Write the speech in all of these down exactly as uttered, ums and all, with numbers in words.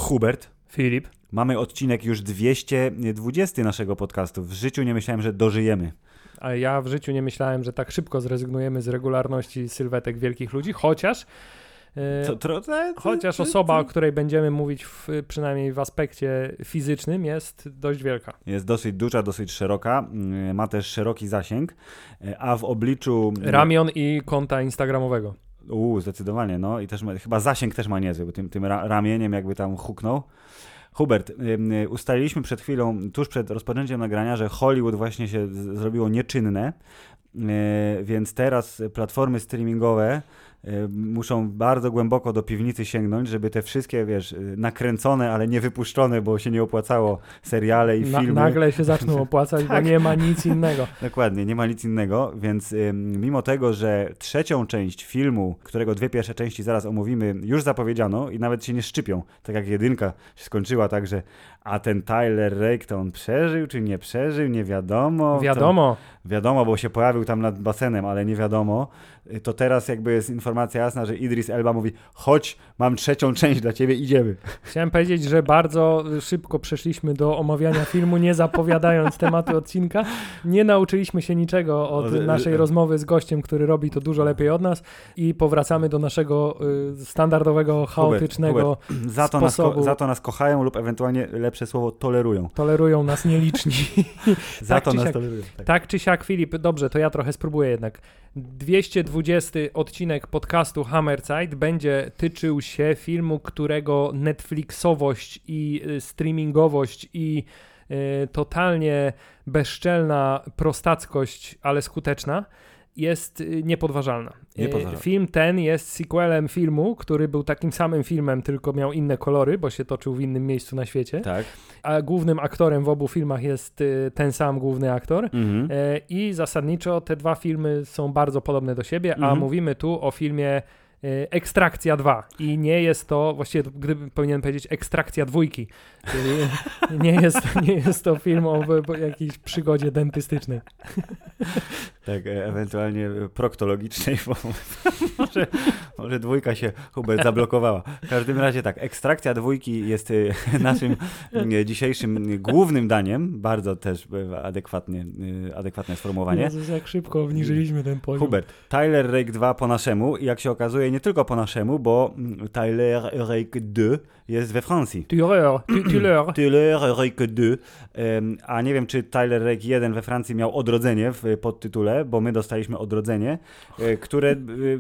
Hubert. Filip. Mamy odcinek już dwieście dwadzieścia naszego podcastu. W życiu nie myślałem, że dożyjemy. A ja w życiu nie myślałem, że tak szybko zrezygnujemy z regularności sylwetek wielkich ludzi, chociaż To, to, to, chociaż to, to, osoba, to. o której będziemy mówić w, przynajmniej w aspekcie fizycznym, jest dość wielka. Jest dosyć duża, dosyć szeroka, ma też szeroki zasięg, a w obliczu... Ramion i konta instagramowego. Uuu, zdecydowanie, no i też ma, chyba zasięg też ma niezły, bo tym, tym ra, ramieniem jakby tam huknął. Hubert, y, ustaliliśmy przed chwilą, tuż przed rozpoczęciem nagrania, że Hollywood właśnie się z, zrobiło nieczynne, y, więc teraz platformy streamingowe y, muszą bardzo głęboko do piwnicy sięgnąć, żeby te wszystkie, wiesz, nakręcone, ale nie wypuszczone, bo się nie opłacało, seriale i Na, filmy. Nagle się zaczną opłacać, Tak. bo nie ma nic innego. Dokładnie, nie ma nic innego, więc y, mimo tego, że trzecią część filmu, którego dwie pierwsze części zaraz omówimy, już zapowiedziano i nawet się nie szczypią, tak jak jedynka się skończyła tak, że a ten Tyler Rake to on przeżył, czy nie przeżył, nie wiadomo. Wiadomo. To, wiadomo, bo się pojawił tam nad basenem, ale nie wiadomo. To teraz jakby jest informacja jasna, że Idris Elba mówi, chodź, mam trzecią część dla ciebie, idziemy. Chciałem powiedzieć, że bardzo szybko przeszliśmy do omawiania filmu, nie zapowiadając tematu odcinka. Nie nauczyliśmy się niczego od naszej rozmowy z gościem, który robi to dużo lepiej od nas i powracamy do naszego y, standardowego, chaotycznego Hubert, Hubert. Za to sposobu. Nas ko- za to nas kochają lub ewentualnie lepsze słowo tolerują. Tolerują nas nieliczni. za tak to nas siak, tolerują. Tak. tak czy siak, Filip, dobrze, to ja trochę spróbuję jednak. dwieście dwudziesty odcinek podcastu Hammerzeit będzie tyczył się filmu, którego Netflixowość i y, streamingowość i y, totalnie bezczelna prostackość, ale skuteczna, jest y, niepodważalna. niepodważalna. Y, film ten jest sequelem filmu, który był takim samym filmem, tylko miał inne kolory, bo się toczył w innym miejscu na świecie. Tak. A głównym aktorem w obu filmach jest y, ten sam główny aktor. Mhm. Y, I zasadniczo te dwa filmy są bardzo podobne do siebie, Mhm. a mówimy tu o filmie y, Ekstrakcja dwa. I nie jest to, właściwie gdyby powinienem powiedzieć Ekstrakcja dwójki. Czyli nie jest, nie jest to film o, o jakiejś przygodzie dentystycznej. Tak, e- ewentualnie proktologicznej, bo może, może dwójka się, Hubert, zablokowała. W każdym razie tak, Ekstrakcja dwójki jest e, naszym e, dzisiejszym głównym daniem, bardzo też e, adekwatnie, e, adekwatne sformułowanie. Jezus, jak szybko obniżyliśmy ten poziom. Hubert, Tyler Rake dwa po naszemu i jak się okazuje nie tylko po naszemu, bo Tyler Rake dwa jest we Francji. Tueur, tu, tueur. Tyler Rake dwa, um, a nie wiem, czy Tyler Rake jeden we Francji miał odrodzenie w podtytule, bo my dostaliśmy odrodzenie, e, które e,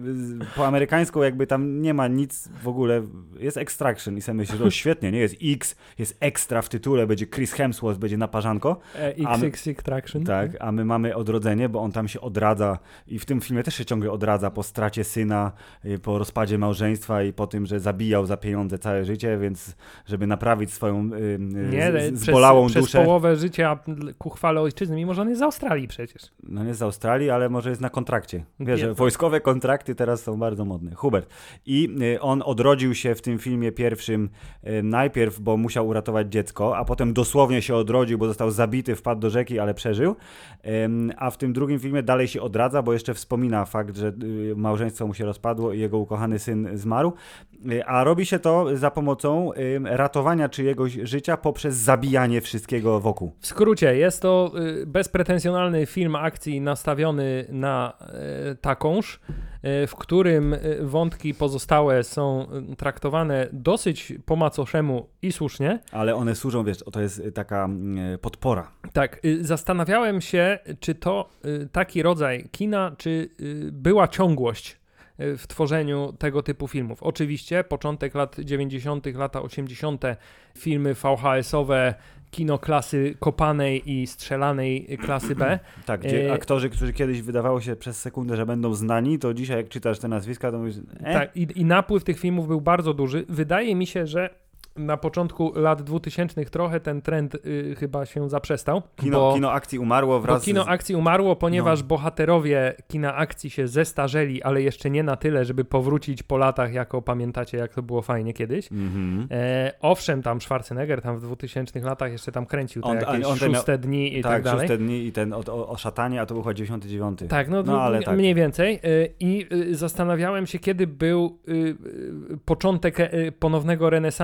po amerykańsku jakby tam nie ma nic w ogóle, jest Extraction i sobie myślisz, że o, świetnie, nie, jest X, jest ekstra w tytule, będzie Chris Hemsworth, będzie naparzanko. E, X X Extraction. Tak, a my mamy odrodzenie, bo on tam się odradza i w tym filmie też się ciągle odradza po stracie syna, e, po rozpadzie małżeństwa i po tym, że zabijał za pieniądze całe życie, więc żeby naprawić swoją e, Nie, z, zbolałą przez, duszę. Przez połowę życia ku chwale ojczyzny, mimo że on jest z Australii przecież. No nie z Australii, ale może jest na kontrakcie. Wiesz, Nie. że wojskowe kontrakty teraz są bardzo modne. Hubert. I y, on odrodził się w tym filmie pierwszym y, najpierw, bo musiał uratować dziecko, a potem dosłownie się odrodził, bo został zabity, wpadł do rzeki, ale przeżył. Ym, a w tym drugim filmie dalej się odradza, bo jeszcze wspomina fakt, że y, małżeństwo mu się rozpadło i jego ukochany syn zmarł. Y, a robi się to za pomocą y, ratowania czyjegoś życia poprzez zabijanie wszystkiego wokół. W skrócie, jest to y, bezpretensjonalny film akcji nastawiony na y, takąż, y, w którym y, wątki pozostałe są y, traktowane dosyć po macoszemu i słusznie. Ale one służą, wiesz, to jest taka y, podpora. Tak, y, zastanawiałem się, czy to y, taki rodzaj kina, czy y, była ciągłość w tworzeniu tego typu filmów. Oczywiście początek lat dziewięćdziesiątych, lata osiemdziesiąte filmy V H S-owe, kino klasy kopanej i strzelanej klasy B. Tak, gdzie e... aktorzy, którzy kiedyś wydawało się przez sekundę, że będą znani, to dzisiaj jak czytasz te nazwiska, to mówisz... E? Tak, i, i napływ tych filmów był bardzo duży. Wydaje mi się, że na początku lat dwutysięcznych trochę ten trend y, chyba się zaprzestał. Kino, bo, kino akcji umarło wraz bo kino z... akcji umarło, ponieważ no. bohaterowie kina akcji się zestarzeli, ale jeszcze nie na tyle, żeby powrócić po latach, jako pamiętacie, jak to było fajnie kiedyś. Mm-hmm. E, owszem, tam Schwarzenegger tam w dwutysięcznych latach jeszcze tam kręcił te on, jakieś on szóste miał... dni i tak, tak dalej. szóste dni i ten o, o, o szatanie, a to był chyba dziewięćdziesiąty dziewiąty. Tak, no, no ale tak. mniej więcej. E, I e, zastanawiałem się, kiedy był e, e, początek e, ponownego renesansu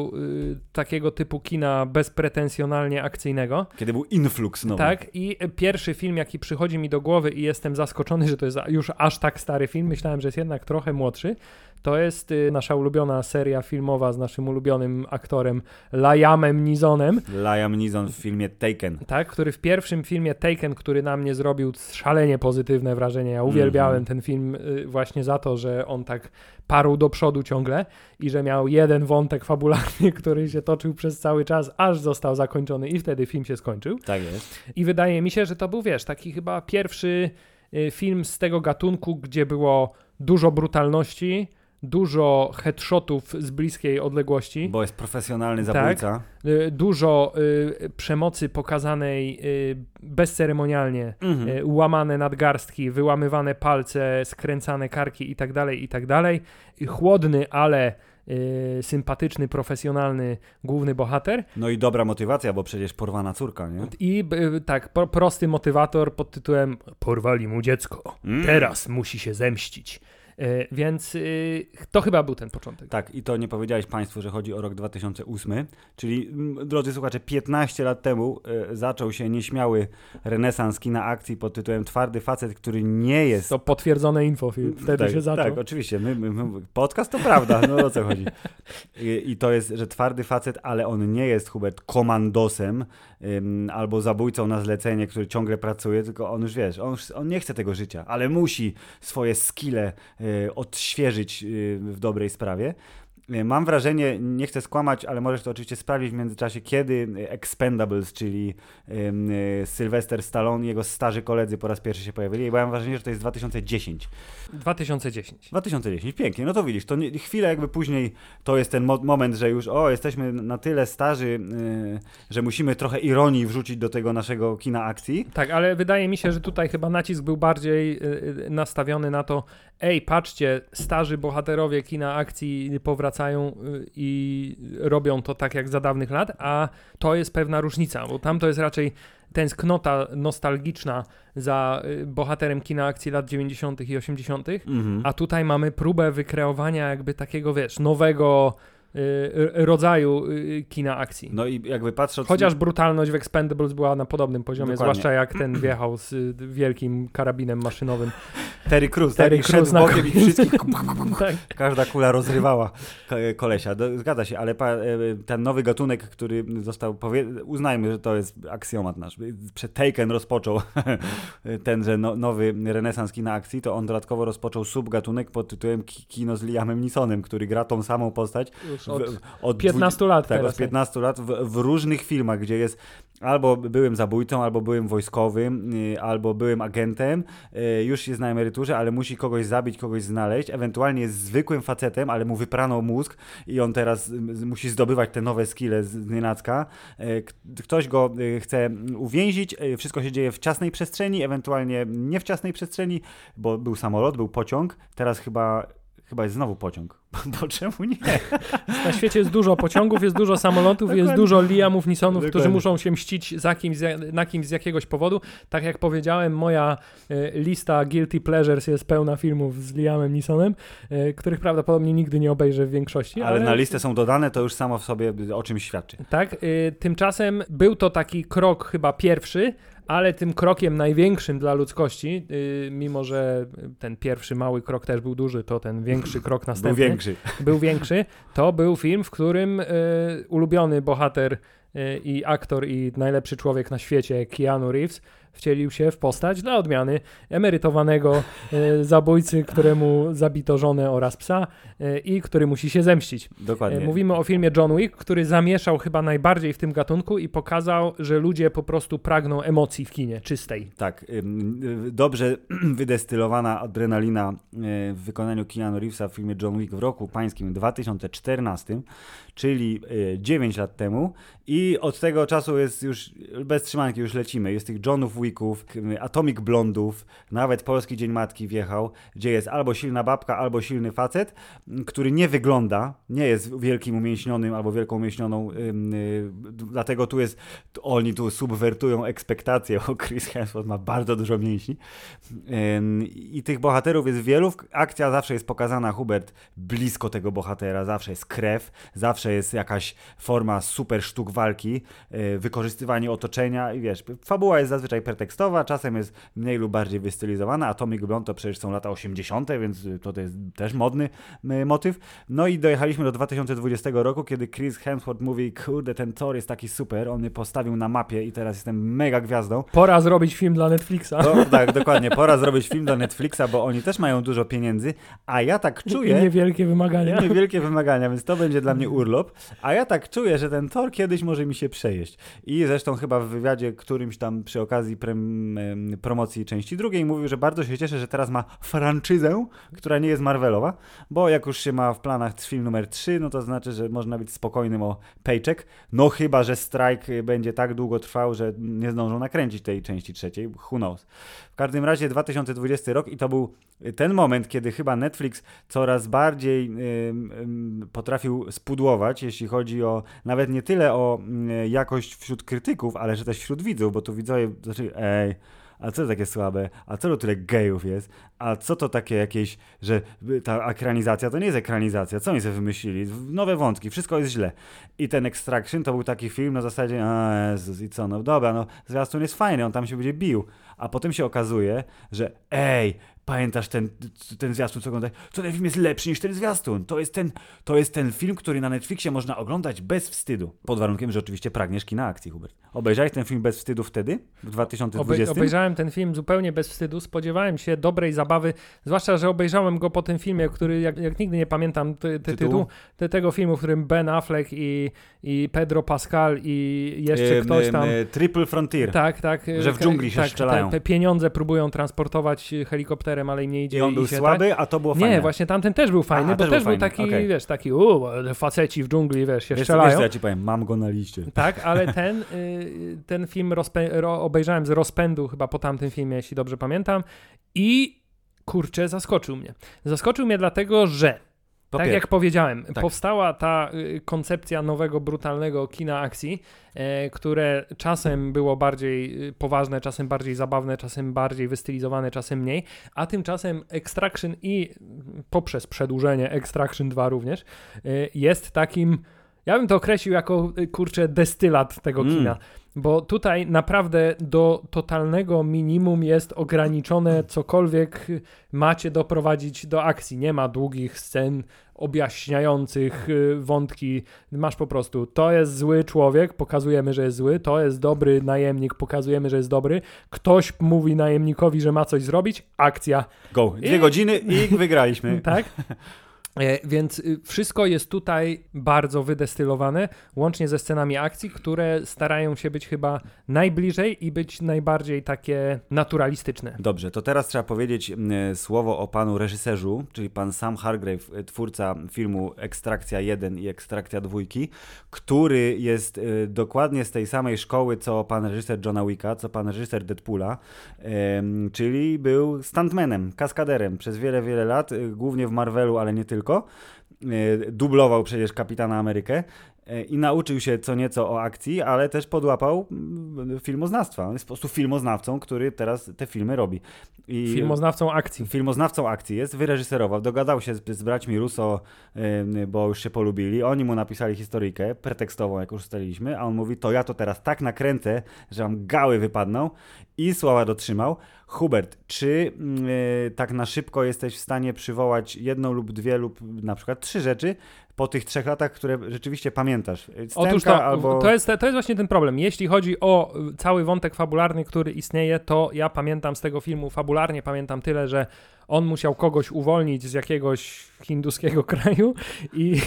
początku y, takiego typu kina bezpretensjonalnie akcyjnego. Kiedy był influx nowy. Tak, i pierwszy film, jaki przychodzi mi do głowy i jestem zaskoczony, że to jest już aż tak stary film, myślałem, że jest jednak trochę młodszy, to jest y, nasza ulubiona seria filmowa z naszym ulubionym aktorem Liamem Neesonem. Liam Neeson w filmie Taken. Tak, który w pierwszym filmie Taken, który na mnie zrobił szalenie pozytywne wrażenie. Ja uwielbiałem mm-hmm. ten film y, właśnie za to, że on tak parł do przodu ciągle i że miał jeden wątek fabularny, który się toczył przez cały czas, aż został zakończony i wtedy film się skończył. Tak jest. I wydaje mi się, że to był, wiesz, taki chyba pierwszy y, film z tego gatunku, gdzie było dużo brutalności, dużo headshotów z bliskiej odległości. Bo jest profesjonalny zabójca. Tak, y, dużo y, przemocy pokazanej y, bezceremonialnie, mm-hmm. y, łamane nadgarstki, wyłamywane palce, skręcane karki i tak dalej, i tak dalej. Chłodny, ale y, sympatyczny, profesjonalny główny bohater. No i dobra motywacja, bo przecież porwana córka, nie? I y, tak, pro, prosty motywator pod tytułem porwali mu dziecko, mm. teraz musi się zemścić. Yy, więc yy, to chyba był ten początek. Tak, i to nie powiedziałeś Państwu, że chodzi o rok dwa tysiące ósmy, czyli m, drodzy słuchacze, piętnaście lat temu yy, zaczął się nieśmiały renesans kina akcji pod tytułem Twardy facet, który nie jest... To potwierdzone info, wtedy tak, się zaczął. Tak, oczywiście. My, my, my, podcast to prawda, no o co chodzi. I, I to jest, że twardy facet, ale on nie jest, Hubert, komandosem ym, albo zabójcą na zlecenie, który ciągle pracuje, tylko on już, wiesz, on, on nie chce tego życia, ale musi swoje skille yy, odświeżyć w dobrej sprawie. Mam wrażenie, nie chcę skłamać, ale możesz to oczywiście sprawdzić w międzyczasie, kiedy Expendables, czyli um, Sylvester Stallone i jego starzy koledzy po raz pierwszy się pojawili, bo ja mam wrażenie, że to jest dwa tysiące dziesiąty. dwa tysiące dziesiąty. dwa tysiące dziesiąty, pięknie. No to widzisz, to nie, chwilę jakby później to jest ten mo- moment, że już o, jesteśmy na tyle starzy, yy, że musimy trochę ironii wrzucić do tego naszego kina akcji. Tak, ale wydaje mi się, że tutaj chyba nacisk był bardziej yy, nastawiony na to, ej, patrzcie, starzy bohaterowie kina akcji powracają i robią to tak jak za dawnych lat, a to jest pewna różnica, bo tam to jest raczej tęsknota nostalgiczna za bohaterem kina akcji lat dziewięćdziesiątych i osiemdziesiątych, mm-hmm. a tutaj mamy próbę wykreowania jakby takiego, wiesz, nowego rodzaju kina akcji. No i jakby patrząc... Chociaż brutalność w Expendables była na podobnym poziomie, Dokładnie. Zwłaszcza jak ten wjechał z wielkim karabinem maszynowym. Terry Crews, Terry tak? Crews Szedł bokiem i wszystkich... tak. Każda kula rozrywała kolesia. Zgadza się, ale ten nowy gatunek, który został... Powie... Uznajmy, że to jest aksjomat nasz. Przed Taken rozpoczął tenże no, nowy renesans kina akcji, to on dodatkowo rozpoczął subgatunek pod tytułem Kino z Liamem Neesonem, który gra tą samą postać Od, w, od piętnastu lat tak, teraz. od piętnastu lat w, w różnych filmach, gdzie jest albo byłem zabójcą, albo byłem wojskowym, yy, albo byłem agentem, yy, już jest na emeryturze, ale musi kogoś zabić, kogoś znaleźć, ewentualnie jest zwykłym facetem, ale mu wyprano mózg i on teraz yy, musi zdobywać te nowe skille z, z nienacka. Yy, ktoś go yy, chce uwięzić, yy, wszystko się dzieje w ciasnej przestrzeni, ewentualnie nie w ciasnej przestrzeni, bo był samolot, był pociąg, teraz chyba Chyba jest znowu pociąg, bo czemu nie? Na świecie jest dużo pociągów, jest dużo samolotów, jest dużo Liamów Neesonów, Dokładnie. którzy muszą się mścić za kimś, na kimś z jakiegoś powodu. Tak jak powiedziałem, moja y, lista Guilty Pleasures jest pełna filmów z Liamem Neesonem, y, których prawdopodobnie nigdy nie obejrzę w większości. Ale, ale na listę są dodane, to już samo w sobie o czymś świadczy. Tak, y, tymczasem był to taki krok chyba pierwszy, ale tym krokiem największym dla ludzkości, yy, mimo że ten pierwszy mały krok też był duży, to ten większy krok następny był większy, był większy to był film, w którym yy, ulubiony bohater yy, i aktor i najlepszy człowiek na świecie, Keanu Reeves, wcielił się w postać dla odmiany emerytowanego y, zabójcy, któremu zabito żonę oraz psa y, i który musi się zemścić. Dokładnie. Y, mówimy o filmie John Wick, który zamieszał chyba najbardziej w tym gatunku i pokazał, że ludzie po prostu pragną emocji w kinie, czystej. Tak. Y, y, dobrze wydestylowana adrenalina y, w wykonaniu Keanu Reevesa w filmie John Wick w roku pańskim dwa tysiące czternastym, czyli y, dziewięć lat temu i od tego czasu jest już bez trzymanki, już lecimy. Jest tych Johnów Wick Wicków, Atomic Blondów, nawet Polski Dzień Matki wjechał, gdzie jest albo silna babka, albo silny facet, który nie wygląda, nie jest wielkim umięśnionym albo wielką umięśnioną, yy, yy, dlatego tu jest, oni tu subwertują ekspektacje, bo Chris Hemsworth ma bardzo dużo mięśni yy, i tych bohaterów jest wielu, akcja zawsze jest pokazana, Hubert, blisko tego bohatera, zawsze jest krew, zawsze jest jakaś forma super sztuk walki, yy, wykorzystywanie otoczenia i wiesz, fabuła jest zazwyczaj pretekstowa, czasem jest mniej lub bardziej wystylizowana, Atomic Blonde to przecież są lata osiemdziesiąte, więc to jest też modny y, motyw. No i dojechaliśmy do dwa tysiące dwudziestego roku, kiedy Chris Hemsworth mówi, kurde, ten Thor jest taki super, on mnie postawił na mapie i teraz jestem mega gwiazdą. Pora zrobić film dla Netflixa. No, tak, dokładnie, pora zrobić film dla Netflixa, bo oni też mają dużo pieniędzy, a ja tak czuję... I niewielkie wymagania. I niewielkie wymagania, więc to będzie dla mnie urlop, a ja tak czuję, że ten Thor kiedyś może mi się przejeść. I zresztą chyba w wywiadzie którymś tam przy okazji prem, promocji części drugiej mówił, że bardzo się cieszy, że teraz ma franczyzę, która nie jest Marvelowa, bo jak już się ma w planach film numer trzy, no to znaczy, że można być spokojnym o paycheck, no chyba, że strajk będzie tak długo trwał, że nie zdążą nakręcić tej części trzeciej, who knows. W każdym razie dwa tysiące dwudziesty rok i to był ten moment, kiedy chyba Netflix coraz bardziej y, y, potrafił spudłować, jeśli chodzi o nawet nie tyle o y, jakość wśród krytyków, ale że też wśród widzów, bo tu widzowie zaczęli, ej, a co to takie słabe, a co to tyle gejów jest, a co to takie jakieś, że ta ekranizacja to nie jest ekranizacja, co oni sobie wymyślili, nowe wątki, wszystko jest źle. I ten Extraction to był taki film na zasadzie, a Jezus, i co, no dobra, no zwiastun jest fajny, on tam się będzie bił, a potem się okazuje, że ej, pamiętasz ten, ten zwiastun, co oglądać? To ten film jest lepszy niż ten zwiastun. To jest ten, to jest ten film, który na Netflixie można oglądać bez wstydu. Pod warunkiem, że oczywiście pragniesz kina akcji, Hubert. Obejrzałeś ten film bez wstydu wtedy? W dwa tysiące dwudziestym? Obej- obejrzałem ten film zupełnie bez wstydu. Spodziewałem się dobrej zabawy, zwłaszcza, że obejrzałem go po tym filmie, który jak, jak nigdy nie pamiętam ty, ty, tytuł ty, tego filmu, w którym Ben Affleck i, i Pedro Pascal i jeszcze Yy, ktoś tam... Yy, Triple Frontier. Tak, tak. Że w dżungli się tak, strzelają. Te pieniądze próbują transportować helikopterem, ale im nie idzie. I on był i się, słaby, tak? a to było fajne. Nie, właśnie tamten też był fajny, A, bo też też był był fajny. taki, Okay. wiesz, taki u, faceci w dżungli, wiesz, się wiesz, strzelają. Wiesz, co ja ci powiem, mam go na liście. Tak, ale ten, y, ten film rozpę- ro- obejrzałem z rozpędu chyba po tamtym filmie, jeśli dobrze pamiętam i kurczę, zaskoczył mnie. Zaskoczył mnie dlatego, że Po tak pier- jak powiedziałem, tak. powstała ta y, koncepcja nowego, brutalnego kina akcji, y, które czasem było bardziej y, poważne, czasem bardziej zabawne, czasem bardziej wystylizowane, czasem mniej, a tymczasem Extraction i y, poprzez przedłużenie Extraction dwa również y, jest takim, ja bym to określił jako, y, kurczę, destylat tego Mm. kina. Bo tutaj naprawdę do totalnego minimum jest ograniczone cokolwiek macie doprowadzić do akcji. Nie ma długich scen objaśniających wątki. Masz po prostu, to jest zły człowiek, pokazujemy, że jest zły, to jest dobry najemnik, pokazujemy, że jest dobry. Ktoś mówi najemnikowi, że ma coś zrobić, akcja. Go, dwie I... godziny i wygraliśmy. Tak? Więc wszystko jest tutaj bardzo wydestylowane, łącznie ze scenami akcji, które starają się być chyba najbliżej i być najbardziej takie naturalistyczne. Dobrze, to teraz trzeba powiedzieć y, słowo o panu reżyserzu, czyli pan Sam Hargrave, twórca filmu Ekstrakcja jeden i Ekstrakcja dwa, który jest y, dokładnie z tej samej szkoły, co pan reżyser Johna Wicka, co pan reżyser Deadpoola, y, czyli był stuntmanem, kaskaderem przez wiele, wiele lat, y, głównie w Marvelu, ale nie tylko. Dublował przecież Kapitana Amerykę i nauczył się co nieco o akcji, ale też podłapał filmoznawstwa. On jest po prostu filmoznawcą, który teraz te filmy robi. I filmoznawcą akcji. Filmoznawcą akcji jest, wyreżyserował, dogadał się z, z braćmi Russo, bo już się polubili. Oni mu napisali historyjkę pretekstową, jak już ustaliliśmy, a on mówi, to ja to teraz tak nakręcę, że wam gały wypadną i słowa dotrzymał. Hubert, czy yy, tak na szybko jesteś w stanie przywołać jedną lub dwie lub na przykład trzy rzeczy po tych trzech latach, które rzeczywiście pamiętasz? Scenka, Otóż to, albo... to, jest, to jest właśnie ten problem. Jeśli chodzi o cały wątek fabularny, który istnieje, to ja pamiętam z tego filmu fabularnie, pamiętam tyle, że on musiał kogoś uwolnić z jakiegoś hinduskiego kraju i,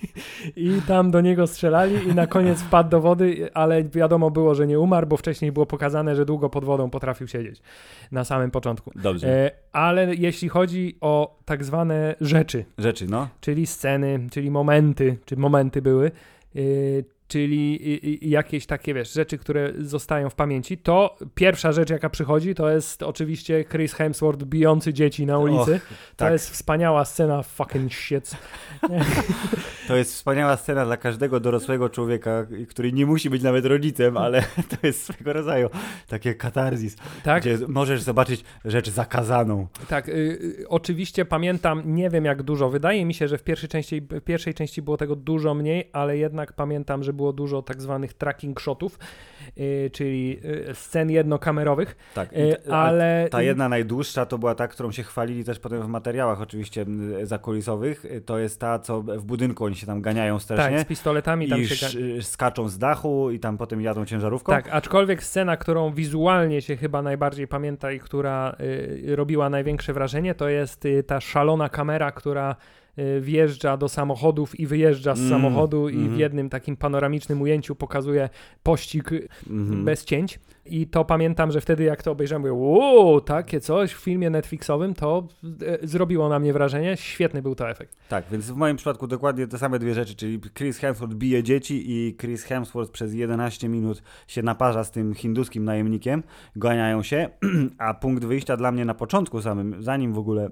i tam do niego strzelali i na koniec wpadł do wody, ale wiadomo było, że nie umarł, bo wcześniej było pokazane, że długo pod wodą potrafił siedzieć na samym początku. Dobrze. E, ale jeśli chodzi o tak zwane rzeczy, rzeczy, no. czyli sceny, czyli momenty, czy momenty były, e, czyli i, i jakieś takie, wiesz, rzeczy, które zostają w pamięci, to pierwsza rzecz, jaka przychodzi, to jest oczywiście Chris Hemsworth bijący dzieci na ulicy. Och, to tak. jest wspaniała scena fucking shit. To jest wspaniała scena dla każdego dorosłego człowieka, który nie musi być nawet rodzicem, ale to jest swego rodzaju takie katarzis, tak? Gdzie możesz zobaczyć rzecz zakazaną. Tak, y, oczywiście pamiętam, nie wiem jak dużo, wydaje mi się, że w pierwszej części, w pierwszej części było tego dużo mniej, ale jednak pamiętam, że było dużo tak zwanych tracking shotów, y, czyli y, scen jednokamerowych. Tak, y, ale ta jedna najdłuższa to była ta, którą się chwalili też potem w materiałach oczywiście zakulisowych, to jest ta, co w budynku oni się tam ganiają strasznie. Tak, z pistoletami tam i się sz- skaczą z dachu i tam potem jadą ciężarówką. Tak, aczkolwiek scena, którą wizualnie się chyba najbardziej pamięta i która y, robiła największe wrażenie, to jest y, ta szalona kamera, która y, wjeżdża do samochodów i wyjeżdża z mm, samochodu i mm. w jednym takim panoramicznym ujęciu pokazuje pościg mm. bez cięć. I to pamiętam, że wtedy jak to obejrzałem, mówię, wow, takie coś w filmie Netflixowym, to e, zrobiło na mnie wrażenie. Świetny był to efekt. Tak, więc w moim przypadku dokładnie te same dwie rzeczy, czyli Chris Hemsworth bije dzieci i Chris Hemsworth przez jedenaście minut się naparza z tym hinduskim najemnikiem, ganiają się, a punkt wyjścia dla mnie na początku samym, zanim w ogóle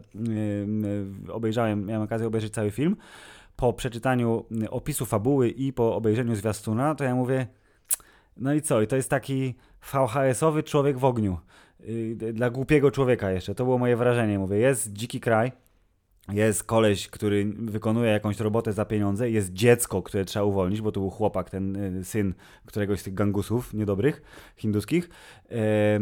yy, obejrzałem, miałem okazję obejrzeć cały film, po przeczytaniu opisu fabuły i po obejrzeniu zwiastuna, to ja mówię, no i co? I to jest taki V H S-owy człowiek w ogniu. Yy, dla głupiego człowieka jeszcze. To było moje wrażenie. Mówię, jest dziki kraj, jest koleś, który wykonuje jakąś robotę za pieniądze, jest dziecko, które trzeba uwolnić, bo to był chłopak, ten y, syn któregoś z tych gangusów niedobrych, hinduskich. Yy,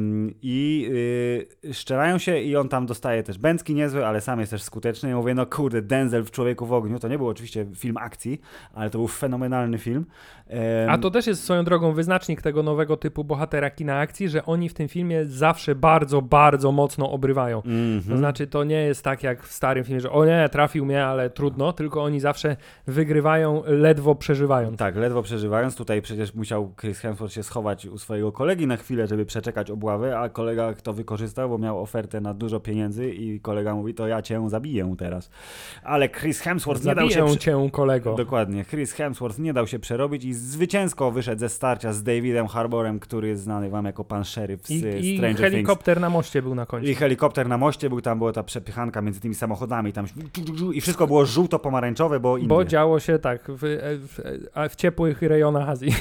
I yy, szczerają się i on tam dostaje też bęcki niezłe, ale sam jest też skuteczny. I mówię, no kurde, Denzel w Człowieku w ogniu. To nie był oczywiście film akcji, ale to był fenomenalny film. Yy. A to też jest swoją drogą wyznacznik tego nowego typu bohatera kina akcji, że oni w tym filmie zawsze bardzo, bardzo mocno obrywają. Mm-hmm. To znaczy, to nie jest tak jak w starym filmie, że o nie, trafił mnie, ale trudno, tylko oni zawsze wygrywają, ledwo przeżywając. Tak, ledwo przeżywając. Tutaj przecież musiał Chris Hemsworth się schować u swojego kolegi na chwilę, żeby przeczekać obławę, a kolega to wykorzystał, bo miał ofertę na dużo pieniędzy i kolega mówi, to ja cię zabiję teraz. Ale Chris Hemsworth zabiję nie dał się... cię, kolego. Dokładnie. Chris Hemsworth nie dał się przerobić i zwycięsko wyszedł ze starcia z Davidem Harbourem, który jest znany wam jako pan szeryf z I, Stranger i Things. I helikopter na moście był na końcu. I helikopter na moście był, tam była ta przepychanka między tymi samochodami, tam i wszystko było żółto-pomarańczowe, bo Indie. Bo działo się tak, w, w, w ciepłych rejonach Azji.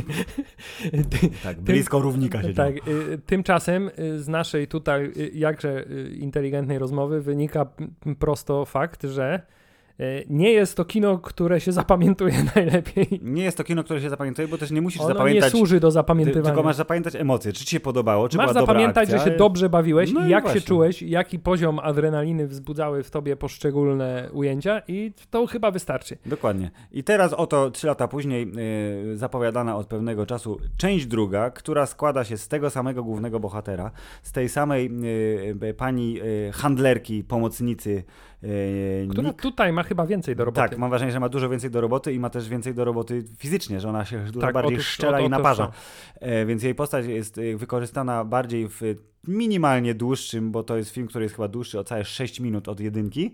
Tak, blisko Tym, równika się tak, działo. Tymczasem z naszej tutaj jakże inteligentnej rozmowy wynika prosto fakt, że nie jest to kino, które się zapamiętuje najlepiej. Nie jest to kino, które się zapamiętuje, bo też nie musisz Ono zapamiętać... nie służy do zapamiętywania. Ty, tylko masz zapamiętać emocje, czy ci się podobało, czy masz była dobra akcja. Masz zapamiętać, że się dobrze bawiłeś no i i jak właśnie. się czułeś, jaki poziom adrenaliny wzbudzały w tobie poszczególne ujęcia i to chyba wystarczy. Dokładnie. I teraz oto trzy lata później yy, zapowiadana od pewnego czasu część druga, która składa się z tego samego głównego bohatera, z tej samej yy, pani yy, handlerki, pomocnicy, Yy, która Nick. Tutaj ma chyba więcej do roboty. Tak, mam wrażenie, że ma dużo więcej do roboty i ma też więcej do roboty fizycznie, że ona się dużo tak, bardziej otóż, szczela otóż, i naparza. Yy, więc jej postać jest wykorzystana bardziej w minimalnie dłuższym, bo to jest film, który jest chyba dłuższy o całe sześć minut od jedynki.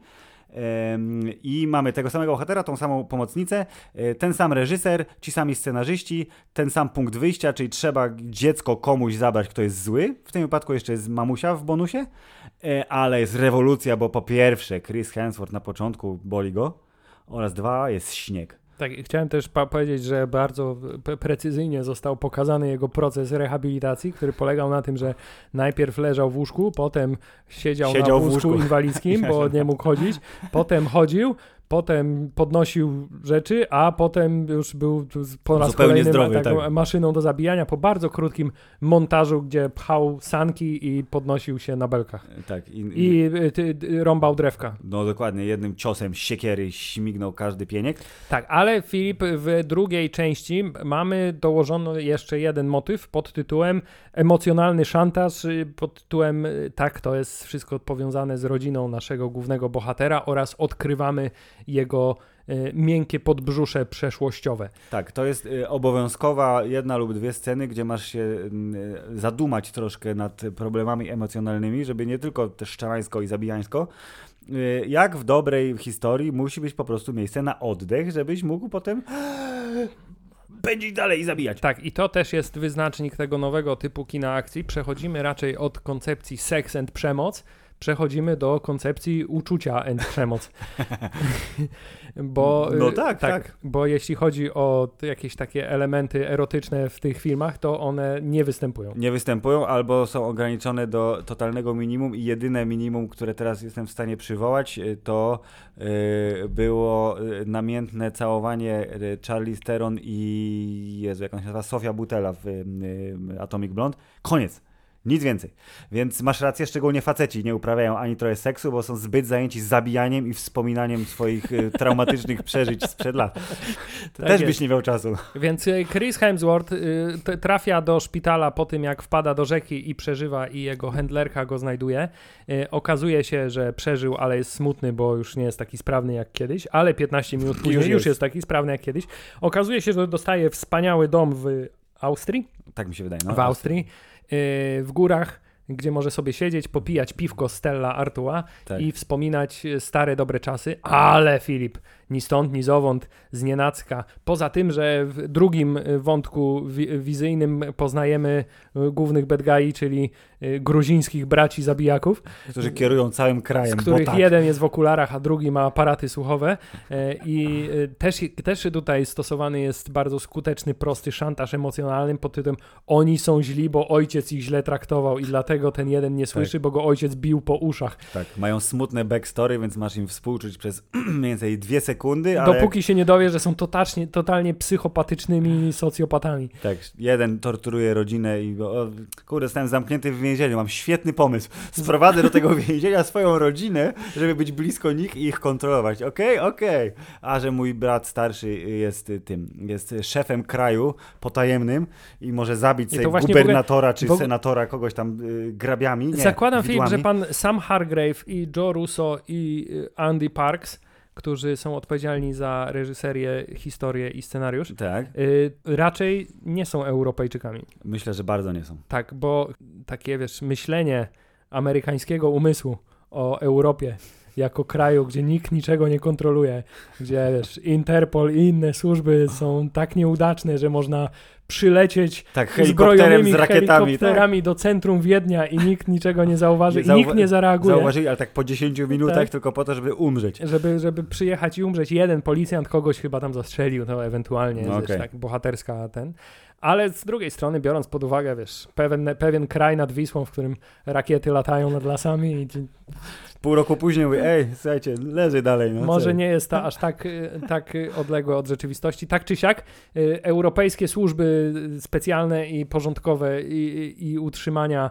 I mamy tego samego bohatera, tą samą pomocnicę, ten sam reżyser, ci sami scenarzyści, ten sam punkt wyjścia, czyli trzeba dziecko komuś zabrać, kto jest zły. W tym wypadku jeszcze jest mamusia w bonusie, ale jest rewolucja, bo po pierwsze Chris Hemsworth na początku boli go oraz dwa, jest śnieg. Tak, chciałem też pa- powiedzieć, że bardzo p- precyzyjnie został pokazany jego proces rehabilitacji, który polegał na tym, że najpierw leżał w łóżku, potem siedział, siedział na wózku, wózku inwalidzkim, bo nie mógł chodzić, potem chodził, potem podnosił rzeczy, a potem już był po raz zupełnie kolejny zdrowy, taką tak. maszyną do zabijania, po bardzo krótkim montażu, gdzie pchał sanki i podnosił się na belkach. Tak. I, I ty, ty, rąbał drewka. No dokładnie, jednym ciosem siekiery śmignął każdy pieniek. Tak, ale Filip, w drugiej części mamy dołożony jeszcze jeden motyw pod tytułem emocjonalny szantaż, pod tytułem tak, to jest wszystko powiązane z rodziną naszego głównego bohatera oraz odkrywamy jego y, miękkie podbrzusze przeszłościowe. Tak, to jest y, obowiązkowa jedna lub dwie sceny, gdzie masz się y, zadumać troszkę nad problemami emocjonalnymi, żeby nie tylko też szczelańsko i zabijańsko. Y, jak w dobrej historii musi być po prostu miejsce na oddech, żebyś mógł potem pędzić dalej i zabijać. Tak, i to też jest wyznacznik tego nowego typu kina akcji. Przechodzimy raczej od koncepcji seks and przemoc, przechodzimy do koncepcji uczucia and przemoc. bo, no tak, tak, tak. Bo jeśli chodzi o jakieś takie elementy erotyczne w tych filmach, to one nie występują. Nie występują albo są ograniczone do totalnego minimum i jedyne minimum, które teraz jestem w stanie przywołać, to yy, było namiętne całowanie Charlize Theron i Jezu, jak on się nazywa, Sofia Boutella w yy, Atomic Blonde. Koniec. Nic więcej. Więc masz rację, szczególnie faceci nie uprawiają ani trochę seksu, bo są zbyt zajęci zabijaniem i wspominaniem swoich y, traumatycznych przeżyć sprzed lat. Tak też jest. Byś nie miał czasu. Więc Chris Hemsworth y, trafia do szpitala po tym, jak wpada do rzeki i przeżywa i jego handlerka go znajduje. Y, okazuje się, że przeżył, ale jest smutny, bo już nie jest taki sprawny jak kiedyś, ale piętnaście minut później już, już jest taki sprawny jak kiedyś. Okazuje się, że dostaje wspaniały dom w Austrii. Tak mi się wydaje. No, w Austrii. W górach, gdzie może sobie siedzieć, popijać piwko Stella Artois tak. i wspominać stare, dobre czasy, ale Filip, ni stąd, ni zowąd, znienacka. Poza tym, że w drugim wątku wi- wizyjnym poznajemy głównych bad guy, czyli gruzińskich braci zabijaków. Którzy kierują całym krajem. Z których tak. jeden jest w okularach, a drugi ma aparaty słuchowe. I też, też tutaj stosowany jest bardzo skuteczny, prosty szantaż emocjonalny pod tytułem oni są źli, bo ojciec ich źle traktował i dlatego ten jeden nie słyszy, tak. bo go ojciec bił po uszach. Tak, mają smutne backstory, więc masz im współczuć przez mniej więcej dwie sekundy. Ale dopóki jak... się nie dowie, że są totalnie, totalnie psychopatycznymi socjopatami. Tak, jeden torturuje rodzinę i o, kurde, zostałem zamknięty w więzieniu, mam świetny pomysł. Sprowadzę do tego więzienia swoją rodzinę, żeby być blisko nich i ich kontrolować. Okej, okay? okej. Okay. A że mój brat starszy jest tym, jest szefem kraju potajemnym i może zabić sobie gubernatora czy bo... senatora, kogoś tam y, grabiami. Nie, zakładam, Filip, że pan Sam Hargrave i Joe Russo i Andy Parks, którzy są odpowiedzialni za reżyserię, historię i scenariusz, tak. y, raczej nie są Europejczykami. Myślę, że bardzo nie są. Tak, bo takie, wiesz, myślenie amerykańskiego umysłu o Europie jako kraju, gdzie nikt niczego nie kontroluje, gdzie, wiesz, Interpol i inne służby są tak nieudaczne, że można przylecieć tak, helikopterem z rakietami helikopterami tak. do centrum Wiednia i nikt niczego nie zauważy nie zauwa- i nikt nie zareaguje. Zauważyli, ale tak po dziesięciu minutach tak. tylko po to, żeby umrzeć. Żeby, żeby przyjechać i umrzeć. Jeden policjant kogoś chyba tam zastrzelił, to ewentualnie no jest okay. tak bohaterska ten. Ale z drugiej strony, biorąc pod uwagę, wiesz, pewien, pewien kraj nad Wisłą, w którym rakiety latają nad lasami i pół roku później mówi, ej, słuchajcie, leży dalej. No, może co? Nie jest to aż tak, tak odległe od rzeczywistości. Tak czy siak, europejskie służby specjalne i porządkowe i, i utrzymania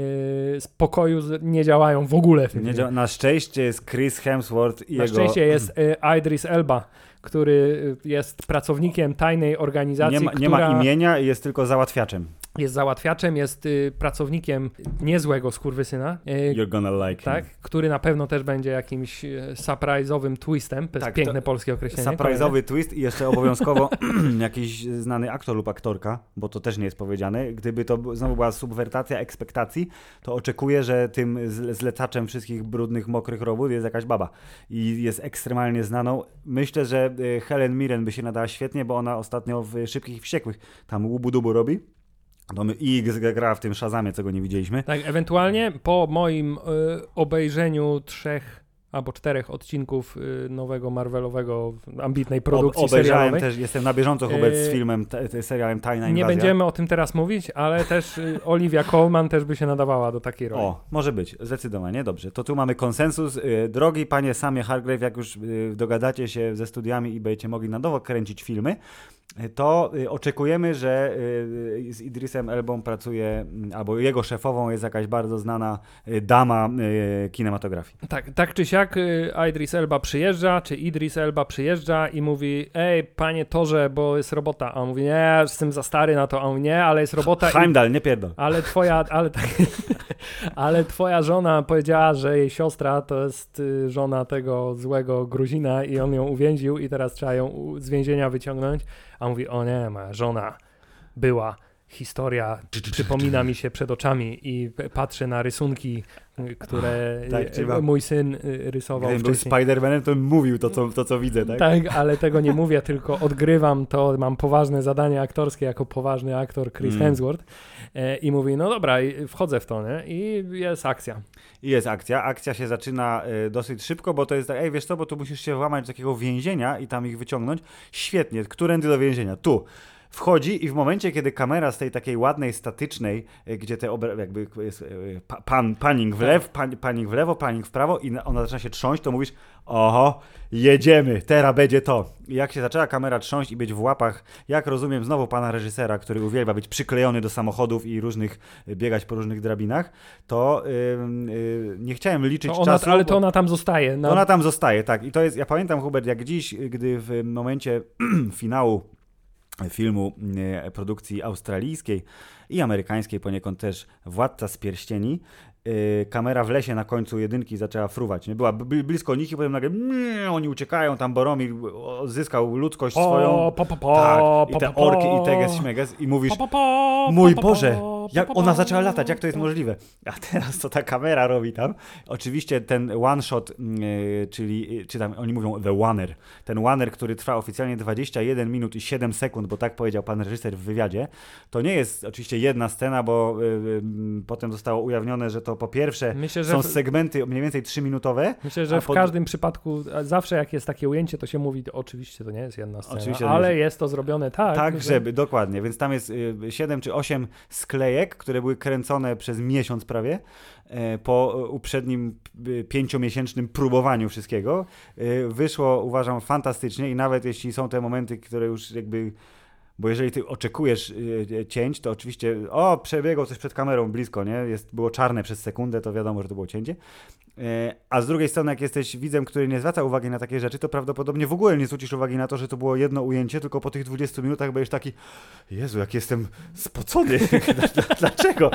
Yy, spokoju nie działają w ogóle. W nie dzia- na szczęście jest Chris Hemsworth i na jego... szczęście jest y, Idris Elba, który jest pracownikiem tajnej organizacji, nie ma, która... nie ma imienia i jest tylko załatwiaczem. Jest załatwiaczem, jest y, pracownikiem niezłego skurwysyna. Y, You're gonna like tak, him. Który na pewno też będzie jakimś y, surprise'owym twistem. To jest tak, piękne polskie określenie. Surprise'owy twist i jeszcze obowiązkowo jakiś znany aktor lub aktorka, bo to też nie jest powiedziane. Gdyby to znowu była subwertacja ekspektacji, to oczekuję, że tym zlecaczem wszystkich brudnych, mokrych robót jest jakaś baba. I jest ekstremalnie znaną. Myślę, że Helen Mirren by się nadała świetnie, bo ona ostatnio w Szybkich i Wściekłych tam łubu-dubu robi. To my i gra w tym Shazamie, co go nie widzieliśmy. Tak, ewentualnie po moim y, obejrzeniu trzech albo czterech odcinków y, nowego Marvelowego, ambitnej produkcji o, obejrzałem serialowej. też, jestem na bieżąco Hubert z filmem, t- t- serialem Tajna Inwazja. Nie będziemy o tym teraz mówić, ale też y, Olivia Colman też by się nadawała do takiej roli. O, może być, zdecydowanie, dobrze. To tu mamy konsensus. Y, drogi panie Samie Hargrave, jak już y, dogadacie się ze studiami i będziecie mogli na nowo kręcić filmy, to y, oczekujemy, że y, z Idrisem Elbą pracuje, y, albo jego szefową jest jakaś bardzo znana y, dama y, kinematografii. Tak, tak czy siak y, Idris Elba przyjeżdża, czy Idris Elba przyjeżdża i mówi, ej, panie Torze, bo jest robota. A on mówi, nie, jestem za stary na to. A on mówi, nie, ale jest robota. Heimdall, i... nie pierdol. Ale twoja, ale, tak, ale twoja żona powiedziała, że jej siostra to jest y, żona tego złego Gruzina i on ją uwięził i teraz trzeba ją z więzienia wyciągnąć. A on mówi, o nie, moja żona była historia przypomina mi się przed oczami i patrzę na rysunki, które tak, e, mój syn rysował Gdybym był wcześniej. Spider-Manem, to bym mówił to co, to, co widzę, tak? Tak, ale tego nie mówię, tylko odgrywam to, mam poważne zadanie aktorskie jako poważny aktor Chris Mm. Hemsworth e, i mówi, no dobra, i wchodzę w to, nie? I jest akcja. I jest akcja. Akcja się zaczyna y, dosyć szybko, bo to jest tak, ej, wiesz co, bo tu musisz się włamać do takiego więzienia i tam ich wyciągnąć. Świetnie, którędy do więzienia? Tu. Wchodzi i w momencie, kiedy kamera z tej takiej ładnej, statycznej, y, gdzie te obra- jakby jest y, pa- pan, paning w lewo, pan, paning w lewo, paning w prawo i na- ona zaczyna się trząść, to mówisz, oho, jedziemy, teraz będzie to. I jak się zaczęła kamera trząść i być w łapach, jak rozumiem znowu pana reżysera, który uwielbia być przyklejony do samochodów i różnych, y, biegać po różnych drabinach, to y, y, nie chciałem liczyć To ona, czasu. ale bo- to ona tam zostaje. No, ona tam zostaje, tak. I to jest, ja pamiętam, Hubert, jak dziś, gdy w momencie finału filmu e, produkcji australijskiej i amerykańskiej poniekąd też Władca z Pierścieni, e, kamera w lesie na końcu jedynki zaczęła fruwać. Nie? Była bl- blisko nich i potem nagle mmm, oni uciekają, tam Boromir odzyskał ludzkość po, swoją. po, po, po, Tak, i po, te po, po. orki i teges śmeges i mówisz, Po, po, po, mój po, po, Boże, po, jak po, ona po, zaczęła latać, jak to jest po. możliwe? A teraz co ta kamera robi tam? Oczywiście ten one shot, yy, czyli, yy, czy tam oni mówią the oneer, ten oneer, który trwa oficjalnie dwadzieścia jeden minut i siedem sekund, bo tak powiedział pan reżyser w wywiadzie, to nie jest oczywiście jedna scena, bo yy, yy, potem zostało ujawnione, że to po pierwsze Myślę, że są w- segmenty mniej więcej trzyminutowe. Myślę, że a w pod- każdym przypadku, a zawsze jak jest takie ujęcie, to się mówi, oczywiście to nie jest jedna scena, Oczywiście to nie ale jest- jest to zrobione tak, Tak, że- żeby, dokładnie, więc tam jest y, siedem czy osiem sklejek, które były kręcone przez miesiąc prawie, e, po uprzednim y, pięciomiesięcznym próbowaniu wszystkiego. Y, wyszło, uważam, fantastycznie i nawet jeśli są te momenty, które już jakby... Bo jeżeli ty oczekujesz y, cięć, to oczywiście, o, przebiegło coś przed kamerą blisko, nie? Jest, było czarne przez sekundę, to wiadomo, że to było cięcie. E, a z drugiej strony, jak jesteś widzem, który nie zwraca uwagi na takie rzeczy, to prawdopodobnie w ogóle nie zwrócisz uwagi na to, że to było jedno ujęcie, tylko po tych dwudziestu minutach będziesz taki, Jezu, jak jestem spocony. Dlaczego?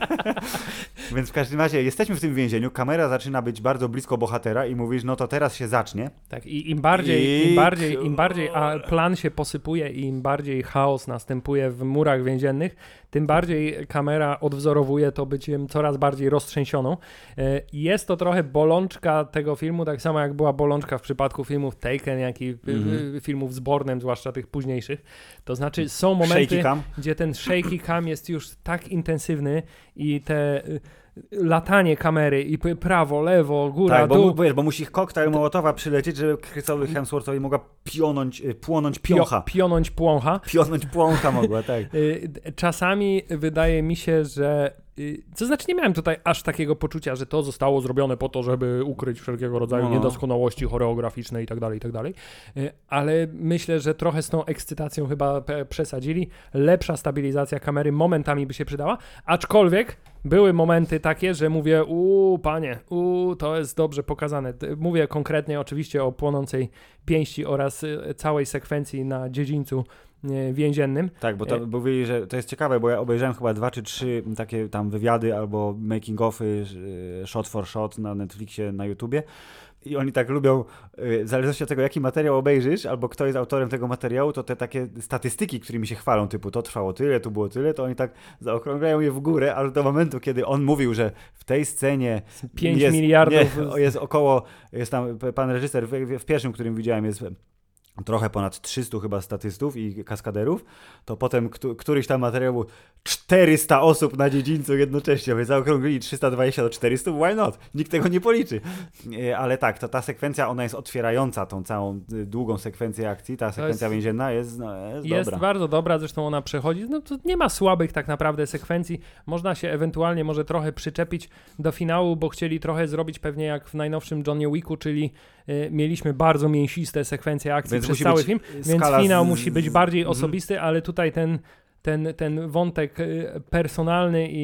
Więc w każdym razie jesteśmy w tym więzieniu, kamera zaczyna być bardzo blisko bohatera i mówisz, no to teraz się zacznie. Tak, i im bardziej, I- im bardziej, im bardziej a plan się posypuje i im bardziej chaos następuje w murach więziennych, tym bardziej kamera odwzorowuje to byciem coraz bardziej roztrzęsioną. E, Jest to trochę bolączka tego filmu, tak samo jak była bolączka w przypadku filmów Taken, jak i Mhm. y, filmów z Bournem, zwłaszcza tych późniejszych. To znaczy są Shaky momenty, cam. gdzie ten shaky cam jest już tak intensywny i te y, latanie kamery i p- prawo, lewo, góra, Tak, bo, dół. mu- wiesz, bo musi koktajl Mołotowa przylecieć, żeby Chrisowi Hemsworthowi mogła pionąć, y, płonąć piącha. Pio, pionąć płącha. Pionąć płonka mogła, tak. Y, d- Czasami wydaje mi się, że y, to znaczy nie miałem tutaj aż takiego poczucia, że to zostało zrobione po to, żeby ukryć wszelkiego rodzaju No, no. niedoskonałości choreograficzne i tak dalej, i tak dalej. Y, Ale myślę, że trochę z tą ekscytacją chyba pe- przesadzili. Lepsza stabilizacja kamery momentami by się przydała, aczkolwiek były momenty takie, że mówię, uuu, panie, uuu, to jest dobrze pokazane. D- Mówię konkretnie oczywiście o płonącej pięści oraz y, całej sekwencji na dziedzińcu y, więziennym. Tak, bo to mówili, że to jest ciekawe, bo ja obejrzałem chyba dwa czy trzy takie tam wywiady albo making offy, y, shot for shot na Netflixie, na YouTubie. I oni tak lubią, y, w zależności od tego, jaki materiał obejrzysz, albo kto jest autorem tego materiału, to te takie statystyki, którymi się chwalą, typu to trwało tyle, tu było tyle, to oni tak zaokrągliają je w górę, aż do momentu, kiedy on mówił, że w tej scenie pięć jest, miliardów. Nie, jest około, jest tam pan reżyser, w, w pierwszym, którym widziałem, jest trochę ponad trzystu chyba statystów i kaskaderów, to potem któ- któryś tam materiał był czterysta osób na dziedzińcu jednocześnie, więc zaokrąglili trzysta dwadzieścia do czterystu, why not? Nikt tego nie policzy. E, Ale tak, to ta sekwencja, ona jest otwierająca tą całą y, długą sekwencję akcji, ta sekwencja jest- więzienna jest, no, jest, Jest dobra. bardzo dobra, zresztą ona przechodzi, no to nie ma słabych tak naprawdę sekwencji, można się ewentualnie może trochę przyczepić do finału, bo chcieli trochę zrobić pewnie jak w najnowszym Johnie Wicku, czyli y, mieliśmy bardzo mięsiste sekwencje akcji Więc przez musi cały być film, skala więc finał z- musi być z- bardziej mhm. osobisty, ale tutaj ten, ten, ten wątek y, personalny i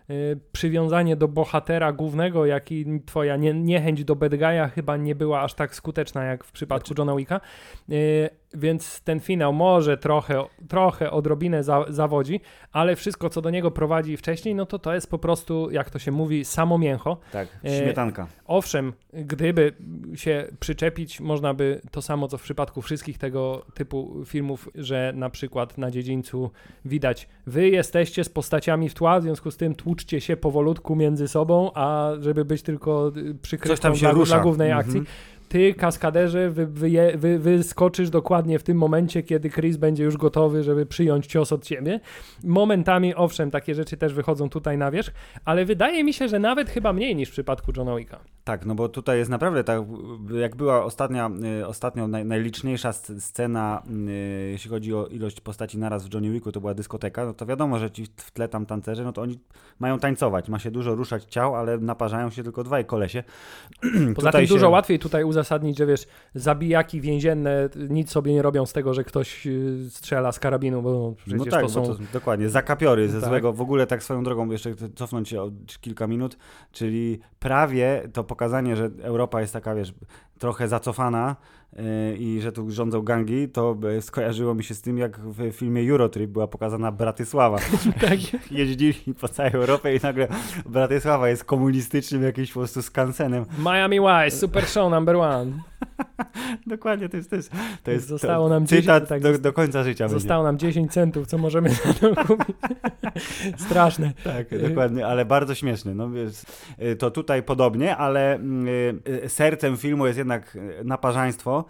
y, przywiązanie do bohatera głównego, jak i twoja nie, niechęć do bad guy'a chyba nie była aż tak skuteczna jak w przypadku znaczy... Johna Wicka. Y, więc ten finał może trochę, trochę odrobinę za, zawodzi, ale wszystko, co do niego prowadzi wcześniej, no to to jest po prostu, jak to się mówi, samo mięcho. Tak, śmietanka. E, owszem, gdyby się przyczepić, można by to samo, co w przypadku wszystkich tego typu filmów, że na przykład na dziedzińcu widać, wy jesteście z postaciami w tła, w związku z tym tłuczcie się powolutku między sobą, a żeby być tylko przykrywką dla, dla głównej mm-hmm. akcji. Ty, kaskaderze, wy, wy, wy, wyskoczysz dokładnie w tym momencie, kiedy Chris będzie już gotowy, żeby przyjąć cios od ciebie. Momentami, owszem, takie rzeczy też wychodzą tutaj na wierzch, ale wydaje mi się, że nawet chyba mniej niż w przypadku Johna Wicka. Tak, no bo tutaj jest naprawdę tak, jak była ostatnia, y, ostatnio naj, najliczniejsza scena, y, jeśli chodzi o ilość postaci naraz w Johnny Wicku, to była dyskoteka, no to wiadomo, że ci w tle tam tancerze, no to oni mają tańcować, ma się dużo ruszać ciał, ale naparzają się tylko dwaj kolesie. Poza tym dużo się... łatwiej tutaj uzasadnić, że wiesz, zabijaki więzienne nic sobie nie robią z tego, że ktoś strzela z karabinu, bo przecież no tak, to są... Bo to, dokładnie, zakapiory ze tak. złego, w ogóle tak swoją drogą, jeszcze cofnąć się o kilka minut, czyli prawie to pokazanie, że Europa jest taka, wiesz, trochę zacofana yy, i że tu rządzą gangi, to skojarzyło mi się z tym, jak w filmie Eurotrip była pokazana Bratysława. Tak. Jeździli po całej Europie i nagle Bratysława jest komunistycznym jakimś po prostu skansenem. Miami Vice, super show number one. Dokładnie, to jest też to jest zostało to, nam cytat dziesięć, tak, do, do końca życia. Zostało będzie. nam dziesięć centów, co możemy na to kupić. Straszne. Tak, dokładnie, ale bardzo śmieszne. No, to tutaj podobnie, ale sercem filmu jest jednak naparzaństwo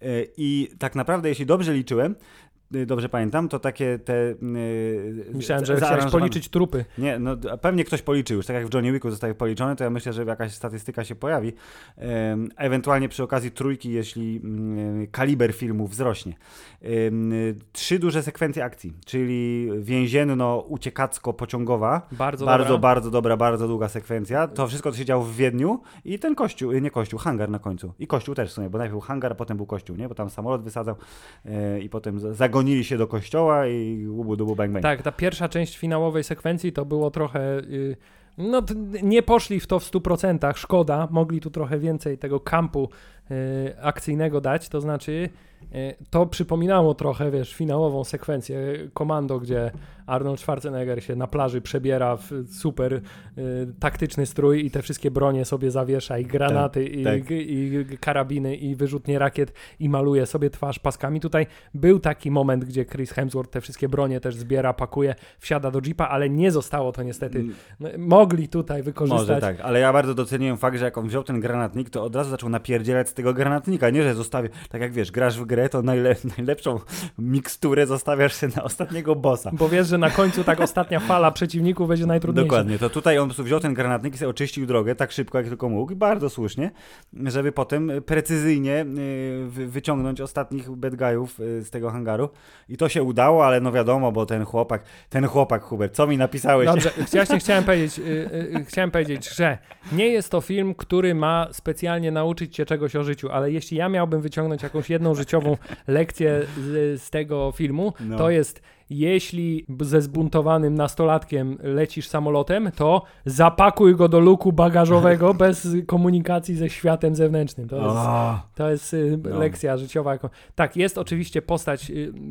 i tak naprawdę, jeśli dobrze liczyłem, dobrze pamiętam, to takie te... Yy, Myślałem, że chciałeś policzyć trupy. Nie, no pewnie ktoś policzył już, tak jak w Johnny Wicku zostaje policzone, to ja myślę, że jakaś statystyka się pojawi. Yy, ewentualnie przy okazji trójki, jeśli yy, kaliber filmu wzrośnie. Yy, trzy duże sekwencje akcji, czyli więzienno-uciekacko-pociągowa. Bardzo, bardzo dobra. bardzo dobra, bardzo długa sekwencja. To wszystko to się działo w Wiedniu i ten kościół, nie kościół, hangar na końcu. I kościół też w sumie, bo najpierw był hangar, a potem był kościół, nie? Bo tam samolot wysadzał yy, i potem zagonili gonili się do kościoła i łubu dubu bang bang. Tak, ta pierwsza część finałowej sekwencji to było trochę... Yy, no nie poszli w to w stu procentach, szkoda, mogli tu trochę więcej tego kampu yy, akcyjnego dać, to znaczy yy, to przypominało trochę, wiesz, finałową sekwencję Komando, gdzie Arnold Schwarzenegger się na plaży przebiera w super y, taktyczny strój i te wszystkie bronie sobie zawiesza i granaty tak, i, tak. I, i karabiny i wyrzutnie rakiet i maluje sobie twarz paskami. Tutaj był taki moment, gdzie Chris Hemsworth te wszystkie bronie też zbiera, pakuje, wsiada do jeepa, ale nie zostało to niestety. No, mogli tutaj wykorzystać. Może tak, ale ja bardzo doceniłem fakt, że jak on wziął ten granatnik, to od razu zaczął napierdzielać z tego granatnika, nie, że zostawię, tak jak wiesz, grasz w grę, to najle- najlepszą miksturę zostawiasz sobie na ostatniego bossa. Bo wiesz, że na końcu tak ostatnia fala przeciwników będzie najtrudniejsza. Dokładnie, to tutaj on po prostu wziął ten granatnik i sobie oczyścił drogę tak szybko, jak tylko mógł, bardzo słusznie, żeby potem precyzyjnie wyciągnąć ostatnich bad guy'ów z tego hangaru i to się udało, ale no wiadomo, bo ten chłopak, ten chłopak, Hubert, co mi napisałeś? Dobrze, właśnie chciałem powiedzieć, yy, chciałem powiedzieć, że nie jest to film, który ma specjalnie nauczyć cię czegoś o życiu, ale jeśli ja miałbym wyciągnąć jakąś jedną życiową lekcję z, z tego filmu, no. to jest jeśli ze zbuntowanym nastolatkiem lecisz samolotem, to zapakuj go do luku bagażowego bez komunikacji ze światem zewnętrznym. To jest, oh. to jest no. lekcja życiowa. Tak, jest oczywiście postać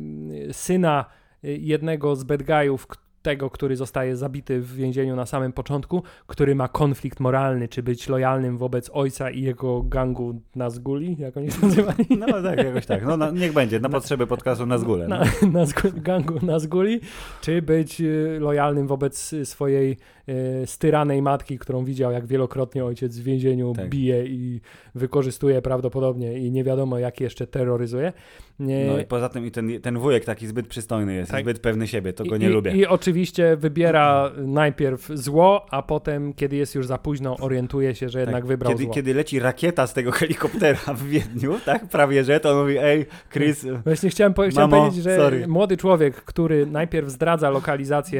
syna jednego z bad guy'ów, tego, który zostaje zabity w więzieniu na samym początku, który ma konflikt moralny, czy być lojalnym wobec ojca i jego gangu Nazguli, jak oni się nazywali? No tak, jakoś tak. No, na, niech będzie, na potrzeby podcastu Nazgule. No. Na, na, gangu Nazguli, czy być y, lojalnym wobec swojej y, styranej matki, którą widział, jak wielokrotnie ojciec w więzieniu tak. bije i wykorzystuje prawdopodobnie i nie wiadomo, jak jeszcze terroryzuje. Nie. No i poza tym i ten, ten wujek taki zbyt przystojny jest, tak. zbyt pewny siebie, to go nie I, lubię. I oczywiście wybiera najpierw zło, a potem, kiedy jest już za późno, orientuje się, że jednak tak. wybrał kiedy, zło. Kiedy leci rakieta z tego helikoptera w Wiedniu, tak, prawie że, to on mówi, ej, Chris, Właśnie chciałem, po, chciałem mamo, powiedzieć, że sorry. młody człowiek, który najpierw zdradza lokalizację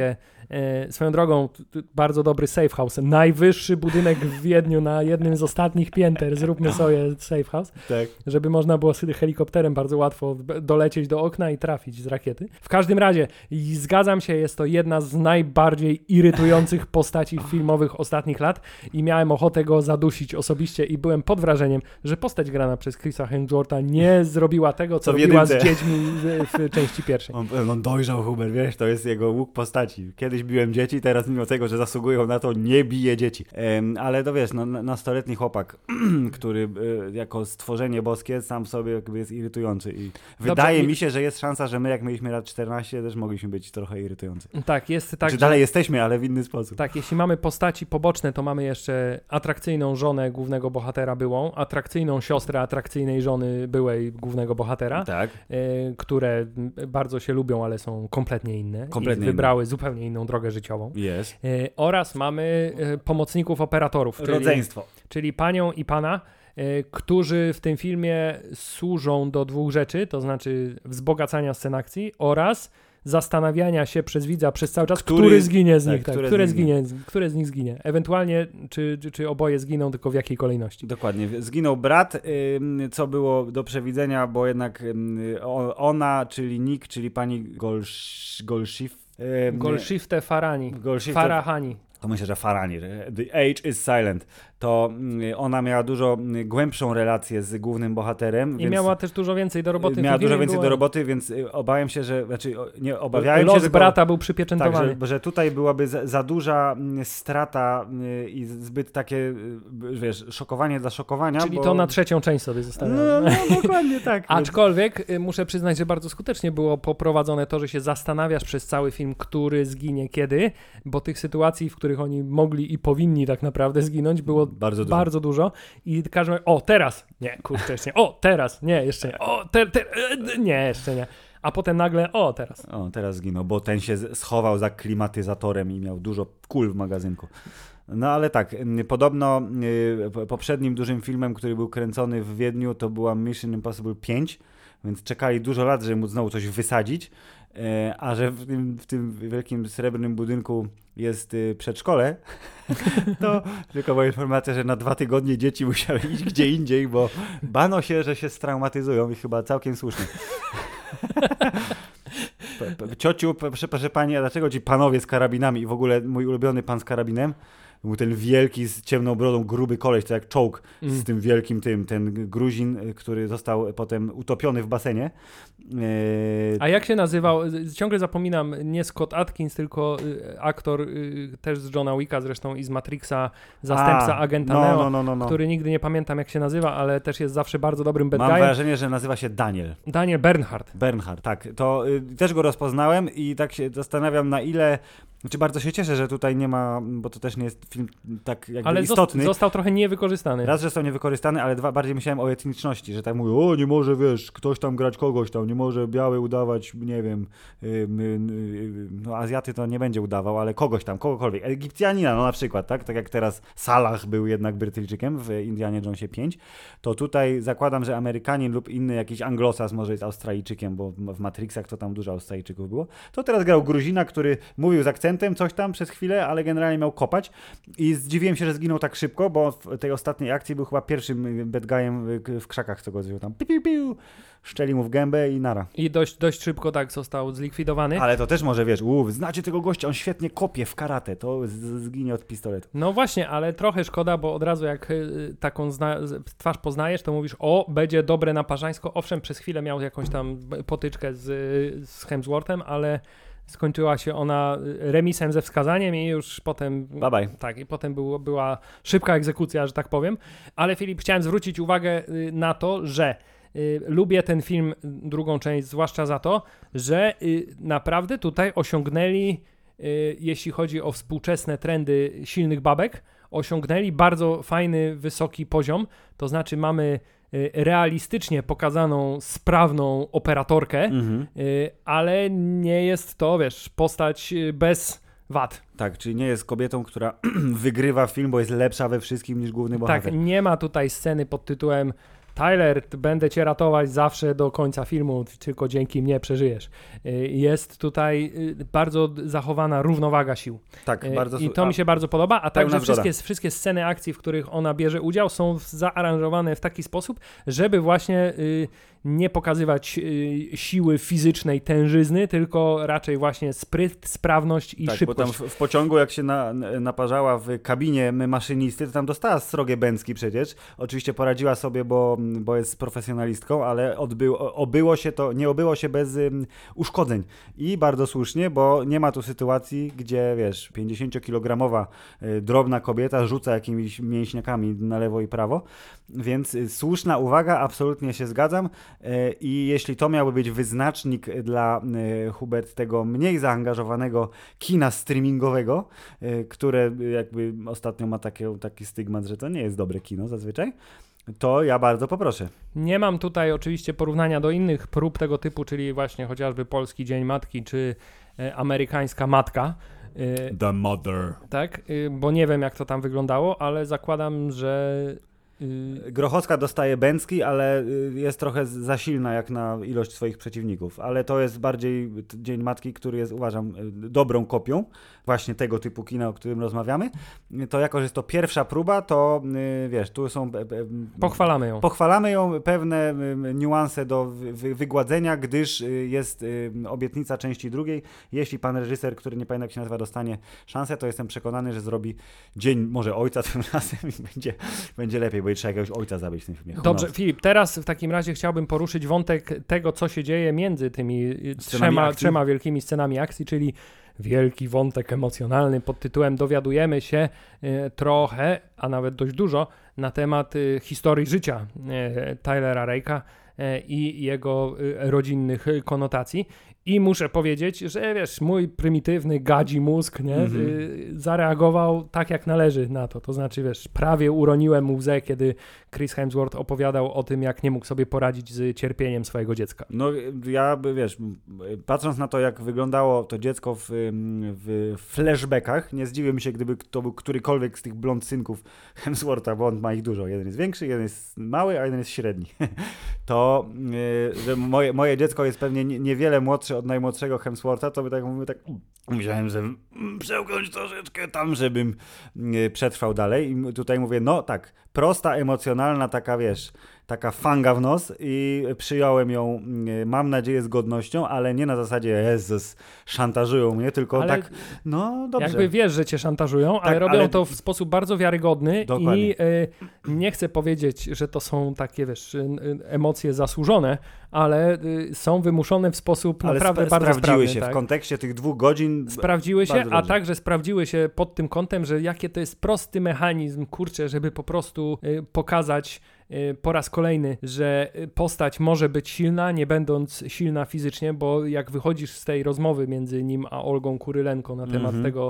E, swoją drogą, t, t, bardzo dobry safe house. Najwyższy budynek w Wiedniu na jednym z ostatnich pięter. Zróbmy sobie safe house, tak. żeby można było sobie helikopterem bardzo łatwo dolecieć do okna i trafić z rakiety. W każdym razie, i zgadzam się, jest to jedna z najbardziej irytujących postaci filmowych ostatnich lat i miałem ochotę go zadusić osobiście i byłem pod wrażeniem, że postać grana przez Chrisa Hemswortha nie zrobiła tego, co, Co w robiła jedynce. z dziećmi w, w części pierwszej. On, on dojrzał, Hubert, wiesz, to jest jego łuk postaci. Kiedyś biłem dzieci, teraz mimo tego, że zasługują na to, nie bije dzieci. Ehm, ale to wiesz, no, nastoletni chłopak, który e, jako stworzenie boskie sam sobie jakby jest irytujący i wydaje Dobrze, mi się, że jest szansa, że my jak mieliśmy lat czternaście też mogliśmy być trochę irytujący. Tak, jest tak, Czy że... dalej jesteśmy, ale w inny sposób. Tak, jeśli mamy postaci poboczne, to mamy jeszcze atrakcyjną żonę głównego bohatera byłą, atrakcyjną siostrę atrakcyjnej żony byłej głównego bohatera, Tak. y, które bardzo się lubią, ale są kompletnie inne Kompletnie i wybrały zupełnie inną drogę życiową. Jest. Y, oraz mamy y, pomocników operatorów, czyli, Rodzeństwo. czyli panią i pana, y, którzy w tym filmie służą do dwóch rzeczy, to znaczy wzbogacania scen akcji oraz zastanawiania się przez widza przez cały czas, który, który zginie z tak, nich, tak, które które, zginie. zginie, które z nich zginie. Ewentualnie, czy, czy, czy oboje zginą, tylko w jakiej kolejności. Dokładnie. Zginął brat, co było do przewidzenia, bo jednak ona, czyli Nick, czyli pani Golsz, Golshift, Golshifteh Farahani. Golshifteh- Farahani. To myślę, że Farani. The age is silent. To ona miała dużo głębszą relację z głównym bohaterem. I więc miała też dużo więcej do roboty. Miała dużo więcej było... do roboty, więc obawiam się, że... Znaczy, nie obawiałem Los się, tylko, brata był przypieczętowany. Tak, że, że tutaj byłaby za, za duża strata i zbyt takie, wiesz, szokowanie dla szokowania. Czyli bo... to na trzecią część sobie zostawiamy. No, no dokładnie tak. Aczkolwiek y, muszę przyznać, że bardzo skutecznie było poprowadzone to, że się zastanawiasz przez cały film, który zginie kiedy, bo tych sytuacji, w których oni mogli i powinni tak naprawdę zginąć, było bardzo dużo. Bardzo dużo. I każdy mówi, o teraz, nie, kurczę, jeszcze nie, o teraz, nie, jeszcze nie, o, te, te, nie, jeszcze nie. A potem nagle, o teraz. O, teraz zginął, bo ten się schował za klimatyzatorem i miał dużo kul w magazynku. No ale tak, podobno y, poprzednim dużym filmem, który był kręcony w Wiedniu, to była Mission Impossible pięć, więc czekali dużo lat, żeby móc znowu coś wysadzić, y, a że w tym, w tym wielkim srebrnym budynku jest y, przedszkole, to tylko była informacja, że na dwa tygodnie dzieci musiały iść gdzie indziej, bo bano się, że się straumatyzują i chyba całkiem słusznie. Ciociu, proszę, proszę pani, a dlaczego ci panowie z karabinami i w ogóle mój ulubiony pan z karabinem, był ten wielki z ciemną brodą, gruby koleś, to jak czołg mm. z tym wielkim tym, ten Gruzin, który został potem utopiony w basenie. Eee... A jak się nazywał? Ciągle zapominam, nie Scott Atkins, tylko y, aktor y, też z Johna Wicka zresztą i z Matrixa, zastępca A, agenta no, Neo, no, no, no, no. który nigdy nie pamiętam jak się nazywa, ale też jest zawsze bardzo dobrym bad Mam guyem. wrażenie, że nazywa się Daniel. Daniel Bernhardt. Bernhardt, tak. To y, też go rozpoznałem i tak się zastanawiam, na ile... Znaczy bardzo się cieszę, że tutaj nie ma, bo to też nie jest film tak jakby ale istotny. Ale został trochę niewykorzystany. Raz, że został niewykorzystany, ale dwa, bardziej myślałem o etniczności, że tak mówią, o nie może, wiesz, ktoś tam grać kogoś tam, nie może biały udawać, nie wiem, yy, yy, no Azjaty to nie będzie udawał, ale kogoś tam, kogokolwiek. Egipcjanina, no na przykład, tak? Tak jak teraz Salah był jednak Brytyjczykiem w Indianie Jonesie pięć, to tutaj zakładam, że Amerykanin lub inny jakiś Anglosas może jest Australijczykiem, bo w Matrixach to tam dużo Australijczyków było. To teraz grał Gruzina, który mówił z akcentem coś tam przez chwilę, ale generalnie miał kopać i zdziwiłem się, że zginął tak szybko, bo w tej ostatniej akcji był chyba pierwszym bad guyem w krzakach, co go wziął tam piu, piu, piu, szczeli mu w gębę i nara. I dość, dość szybko tak został zlikwidowany. Ale to też może, wiesz, uuu, znacie tego gościa, on świetnie kopie w karate, to z- zginie od pistoletu. No właśnie, ale trochę szkoda, bo od razu jak y, taką zna- twarz poznajesz, to mówisz, o, będzie dobre naparzańsko. Owszem, przez chwilę miał jakąś tam potyczkę z, z Hemsworthem, ale skończyła się ona remisem ze wskazaniem i już potem... Bye bye. Tak, i potem było, była szybka egzekucja, że tak powiem. Ale Filip, chciałem zwrócić uwagę na to, że y, lubię ten film, drugą część, zwłaszcza za to, że y, naprawdę tutaj osiągnęli, y, jeśli chodzi o współczesne trendy silnych babek, osiągnęli bardzo fajny, wysoki poziom. To znaczy mamy realistycznie pokazaną, sprawną operatorkę, mhm. ale nie jest to, wiesz, postać bez wad. Tak, czyli nie jest kobietą, która wygrywa film, bo jest lepsza we wszystkim niż główny bohater. Tak, nie ma tutaj sceny pod tytułem Tyler, będę cię ratować zawsze do końca filmu, tylko dzięki mnie przeżyjesz. Jest tutaj bardzo zachowana równowaga sił. Tak, bardzo. I to a, mi się bardzo podoba, a także zgoda. wszystkie, wszystkie sceny akcji, w których ona bierze udział, są zaaranżowane w taki sposób, żeby właśnie y, nie pokazywać y, siły fizycznej tężyzny, tylko raczej właśnie spryt, sprawność i tak, szybkość. Bo tam w, w pociągu, jak się na, naparzała w kabinie maszynisty, to tam dostała srogę bęcki przecież. Oczywiście poradziła sobie, bo, bo jest profesjonalistką, ale odbył, obyło się to, nie obyło się bez um, uszkodzeń. I bardzo słusznie, bo nie ma tu sytuacji, gdzie wiesz, pięćdziesięciokilogramowa y, drobna kobieta rzuca jakimiś mięśniakami na lewo i prawo, więc y, słuszna uwaga, absolutnie się zgadzam. I jeśli to miałby być wyznacznik dla Hubert tego mniej zaangażowanego kina streamingowego, które jakby ostatnio ma taki, taki stygmat, że to nie jest dobre kino zazwyczaj, to ja bardzo poproszę. Nie mam tutaj oczywiście porównania do innych prób tego typu, czyli właśnie chociażby Polski Dzień Matki, czy Amerykańska Matka. The Mother. Tak, bo nie wiem, jak to tam wyglądało, ale zakładam, że Grochowska dostaje bęcki, ale jest trochę za silna jak na ilość swoich przeciwników, ale to jest bardziej Dzień Matki, który jest, uważam, dobrą kopią właśnie tego typu kina, o którym rozmawiamy. To jako, że jest to pierwsza próba, to wiesz, tu są... Pochwalamy ją. Pochwalamy ją, pewne niuanse do wygładzenia, gdyż jest obietnica części drugiej. Jeśli pan reżyser, który nie pamiętam jak się nazywa, dostanie szansę, to jestem przekonany, że zrobi Dzień może ojca tym razem i będzie, będzie lepiej, bo trzeba jakiegoś ojca zabić w tym filmie. Dobrze, Filip, teraz w takim razie chciałbym poruszyć wątek tego, co się dzieje między tymi trzema, trzema wielkimi scenami akcji, czyli wielki wątek emocjonalny pod tytułem dowiadujemy się y, trochę, a nawet dość dużo na temat y, historii życia y, Tylera Rake'a y, i jego y, rodzinnych y, konotacji. I muszę powiedzieć, że wiesz, mój prymitywny gadzi mózg nie, mm-hmm. y, zareagował tak, jak należy na to. To znaczy, wiesz, prawie uroniłem łzę, kiedy Chris Hemsworth opowiadał o tym, jak nie mógł sobie poradzić z cierpieniem swojego dziecka. No ja, wiesz, patrząc na to, jak wyglądało to dziecko w, w flashbackach, nie zdziwiłbym się, gdyby to był którykolwiek z tych blond synków Hemswortha, bo on ma ich dużo. Jeden jest większy, jeden jest mały, a jeden jest średni. To, że moje, moje dziecko jest pewnie niewiele młodsze od najmłodszego Hemswortha, to by tak mówił, tak musiałem, że przełknąć troszeczkę tam, żebym przetrwał dalej. I tutaj mówię, no tak, prosta, emocjonalna, taka wiesz, taka fanga w nos i przyjąłem ją, mam nadzieję, z godnością, ale nie na zasadzie Jezus, szantażują mnie, tylko ale tak, no dobrze. Jakby wiesz, że cię szantażują, tak, ale robią ale... to w sposób bardzo wiarygodny. Dokładnie. I y, nie chcę powiedzieć, że to są takie, wiesz, y, emocje zasłużone, ale y, są wymuszone w sposób ale naprawdę spra- bardzo sprawdziły sprawny. się tak? w kontekście tych dwóch godzin. Sprawdziły się, a dobrze. także sprawdziły się pod tym kątem, że jakie to jest prosty mechanizm, kurczę, żeby po prostu y, pokazać po raz kolejny, że postać może być silna, nie będąc silna fizycznie, bo jak wychodzisz z tej rozmowy między nim a Olgą Kurylenko na temat mm-hmm. tego,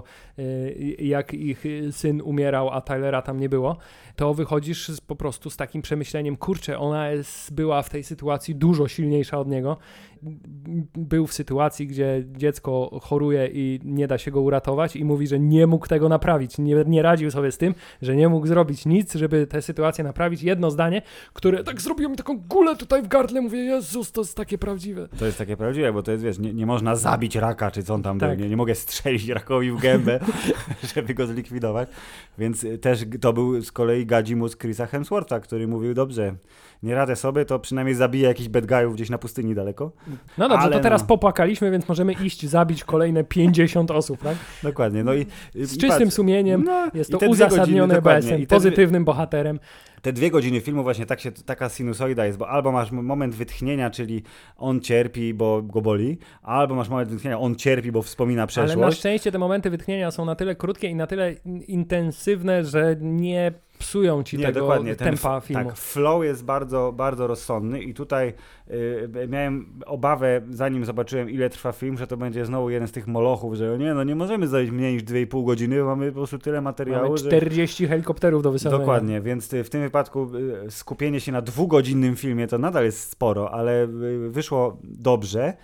jak ich syn umierał, a Tylera tam nie było, to wychodzisz z, po prostu z takim przemyśleniem, kurczę, ona jest, była w tej sytuacji dużo silniejsza od niego. Był w sytuacji, gdzie dziecko choruje i nie da się go uratować i mówi, że nie mógł tego naprawić, nie, nie radził sobie z tym, że nie mógł zrobić nic, żeby tę sytuację naprawić. Jedno zdanie, które tak zrobiło mi taką gulę tutaj w gardle, mówię, Jezus, to jest takie prawdziwe. To jest takie prawdziwe, bo to jest, wiesz, nie, nie można zabić raka, czy co on tam tak. był, nie, nie mogę strzelić rakowi w gębę, żeby go zlikwidować, więc też to był z kolei gadzi mózg Chrisa Hemswortha, który mówił, dobrze, nie radzę sobie, to przynajmniej zabiję jakichś bad guyów gdzieś na pustyni daleko. No dobrze, ale to teraz no. popłakaliśmy, więc możemy iść zabić kolejne pięćdziesiąt osób, tak? Dokładnie. No i, z i czystym patrz, sumieniem, no, jest to uzasadnione, godziny, bo jestem pozytywnym dwie, bohaterem. Te dwie godziny filmu właśnie tak się, taka sinusoida jest, bo albo masz moment wytchnienia, czyli on cierpi, bo go boli, albo masz moment wytchnienia, on cierpi, bo wspomina przeszłość. Ale na szczęście te momenty wytchnienia są na tyle krótkie i na tyle intensywne, że nie psują ci nie, tego dokładnie. tempa Ten, filmu. Tak, flow jest bardzo, bardzo rozsądny i tutaj y, miałem obawę, zanim zobaczyłem, ile trwa film, że to będzie znowu jeden z tych molochów, że nie, no nie możemy zająć mniej niż dwie i pół godziny, bo mamy po prostu tyle materiału. Mamy czterdzieści że... helikopterów do wysadzenia. Dokładnie, więc w tym wypadku y, skupienie się na dwugodzinnym filmie to nadal jest sporo, ale y, wyszło dobrze.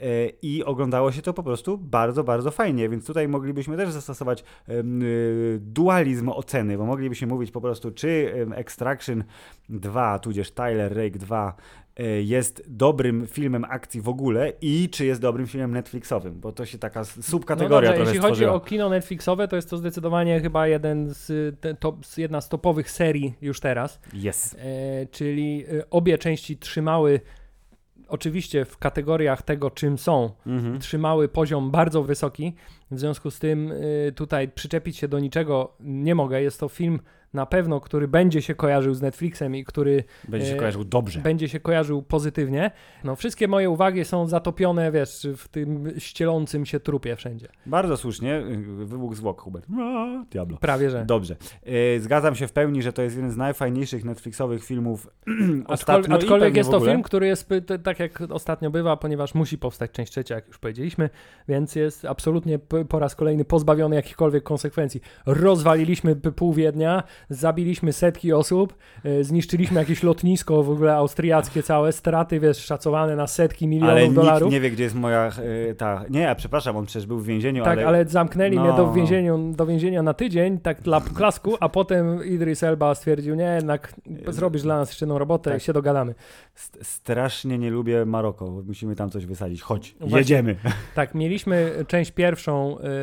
i oglądało się to po prostu bardzo, bardzo fajnie, więc tutaj moglibyśmy też zastosować dualizm oceny, bo moglibyśmy mówić po prostu, czy Extraction dwa, tudzież Tyler Rake dwa jest dobrym filmem akcji w ogóle i czy jest dobrym filmem Netflixowym, bo to się taka subkategoria no dobrze, trochę jeśli stworzyła. chodzi o kino Netflixowe, to jest to zdecydowanie chyba jeden z, te, top, z jedna z topowych serii już teraz. Yes. E, czyli obie części trzymały, oczywiście w kategoriach tego, czym są, mhm. trzymały poziom bardzo wysoki. W związku z tym y, tutaj przyczepić się do niczego nie mogę. Jest to film na pewno, który będzie się kojarzył z Netflixem i który będzie się kojarzył dobrze. Będzie się kojarzył pozytywnie. No, wszystkie moje uwagi są zatopione, wiesz, w tym ścielącym się trupie wszędzie. Bardzo słusznie. Wybuch zwłok, Hubert. A, diablo. Prawie, że. Dobrze. Yy, zgadzam się w pełni, że to jest jeden z najfajniejszych Netflixowych filmów ostatnio. Aczkolwiek, aczkolwiek jest to ogóle. film, który jest t- tak jak ostatnio bywa, ponieważ musi powstać część trzecia, jak już powiedzieliśmy, więc jest absolutnie p- po raz kolejny pozbawiony jakichkolwiek konsekwencji. Rozwaliliśmy pół Wiednia, zabiliśmy setki osób, yy, zniszczyliśmy jakieś lotnisko w ogóle austriackie całe, straty, wiesz, szacowane na setki milionów ale dolarów. Ale nikt nie wie, gdzie jest moja yy, ta... Nie, a przepraszam, on przecież był w więzieniu, tak, ale... ale zamknęli no. mnie do, więzieniu, do więzienia na tydzień, tak dla klasku, a potem Idris Elba stwierdził, nie, jednak zrobisz dla nas jeszcze jedną robotę tak. i się dogadamy. St- strasznie nie lubię Maroko, musimy tam coś wysadzić. Chodź, Właśnie, jedziemy. Tak, mieliśmy część pierwszą y,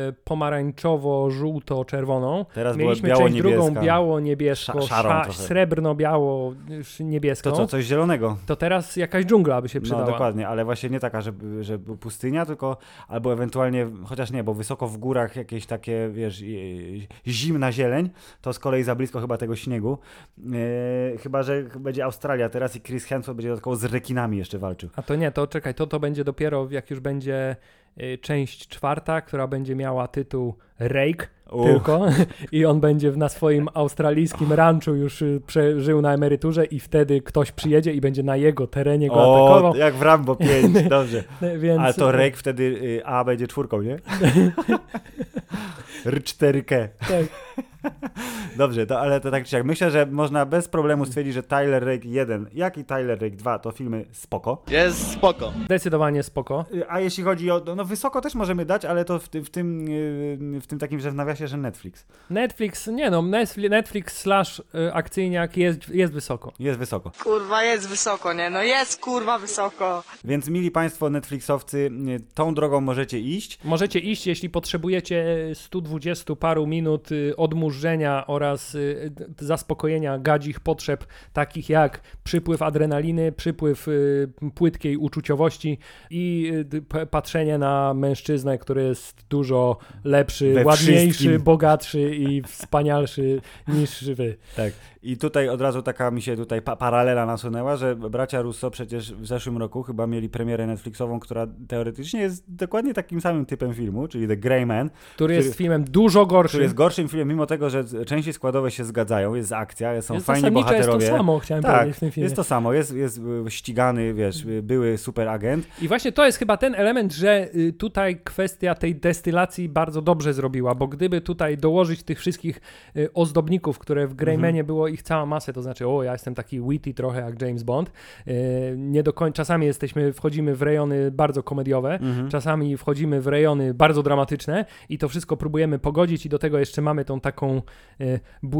pomarańczowo-żółto-czerwoną. Teraz mieliśmy biało, część niebieska. drugą biało-niebiesko, Sz- szarą sza- trochę. srebrno-biało-niebieską. To co, coś zielonego? To teraz jakaś dżungla by się przydała. No dokładnie, ale właśnie nie taka, że, że pustynia, tylko albo ewentualnie, chociaż nie, bo wysoko w górach jakieś takie, wiesz, zimna zieleń, to z kolei za blisko chyba tego śniegu. Yy, chyba, że będzie Australia teraz i Chris Hemsworth będzie dodatkowo z rekinami jeszcze walczył. A to nie, to czekaj, to to będzie dopiero jak już będzie y, część czwarta, która będzie miała tytuł Rake uh. tylko i on będzie na swoim australijskim ranczu już y, przeżył na emeryturze i wtedy ktoś przyjedzie i będzie na jego terenie go o, atakował. Jak w Rambo pięć, dobrze. Więc... Ale to Rake wtedy y, A będzie czwórką, nie? R cztery K. Tak. Dobrze, to, ale to tak czy jak. Myślę, że można bez problemu stwierdzić, że Tyler Rake jeden, jak i Tyler Rake dwa to filmy spoko. Jest spoko. Zdecydowanie spoko. A jeśli chodzi o, no wysoko też możemy dać, ale to w, ty, w tym w tym takim, że w nawiasie, że Netflix. Netflix, nie no, Netflix slash y, akcyjniak jest, jest wysoko. Jest wysoko. Kurwa, jest wysoko, nie? No jest kurwa wysoko. Więc mili państwo Netflixowcy, tą drogą możecie iść. Możecie iść, jeśli potrzebujecie stu dwudziestu paru minut y, odmurzenia oraz y, zaspokojenia gadzich potrzeb, takich jak przypływ adrenaliny, przypływ y, płytkiej uczuciowości i y, p- patrzenie na mężczyznę, który jest dużo lepszy, We ładniejszy, wszystkim. bogatszy i wspanialszy niż wy. Tak. I tutaj od razu taka mi się tutaj pa- paralela nasunęła, że bracia Russo przecież w zeszłym roku chyba mieli premierę Netflixową, która teoretycznie jest dokładnie takim samym typem filmu, czyli The Grey Man. Który, który jest filmem dużo gorszym. Który jest gorszym filmem, mimo tego, że części składowe się zgadzają, jest akcja, są jest fajni zasadniczo bohaterowie. jest to samo, chciałem tak, powiedzieć w tym filmie. jest to samo, jest, jest ścigany, wiesz, były super agent. I właśnie to jest chyba ten element, że y, tutaj kwestia tej destylacji bardzo dobrze zrobiła, bo gdyby tutaj dołożyć tych wszystkich y, ozdobników, które w Greymanie mhm. było ich cała masa, to znaczy, o, ja jestem taki witty trochę jak James Bond, y, nie do końca, czasami jesteśmy, wchodzimy w rejony bardzo komediowe, mhm. czasami wchodzimy w rejony bardzo dramatyczne i to wszystko próbujemy pogodzić i do tego jeszcze mamy tą taką y,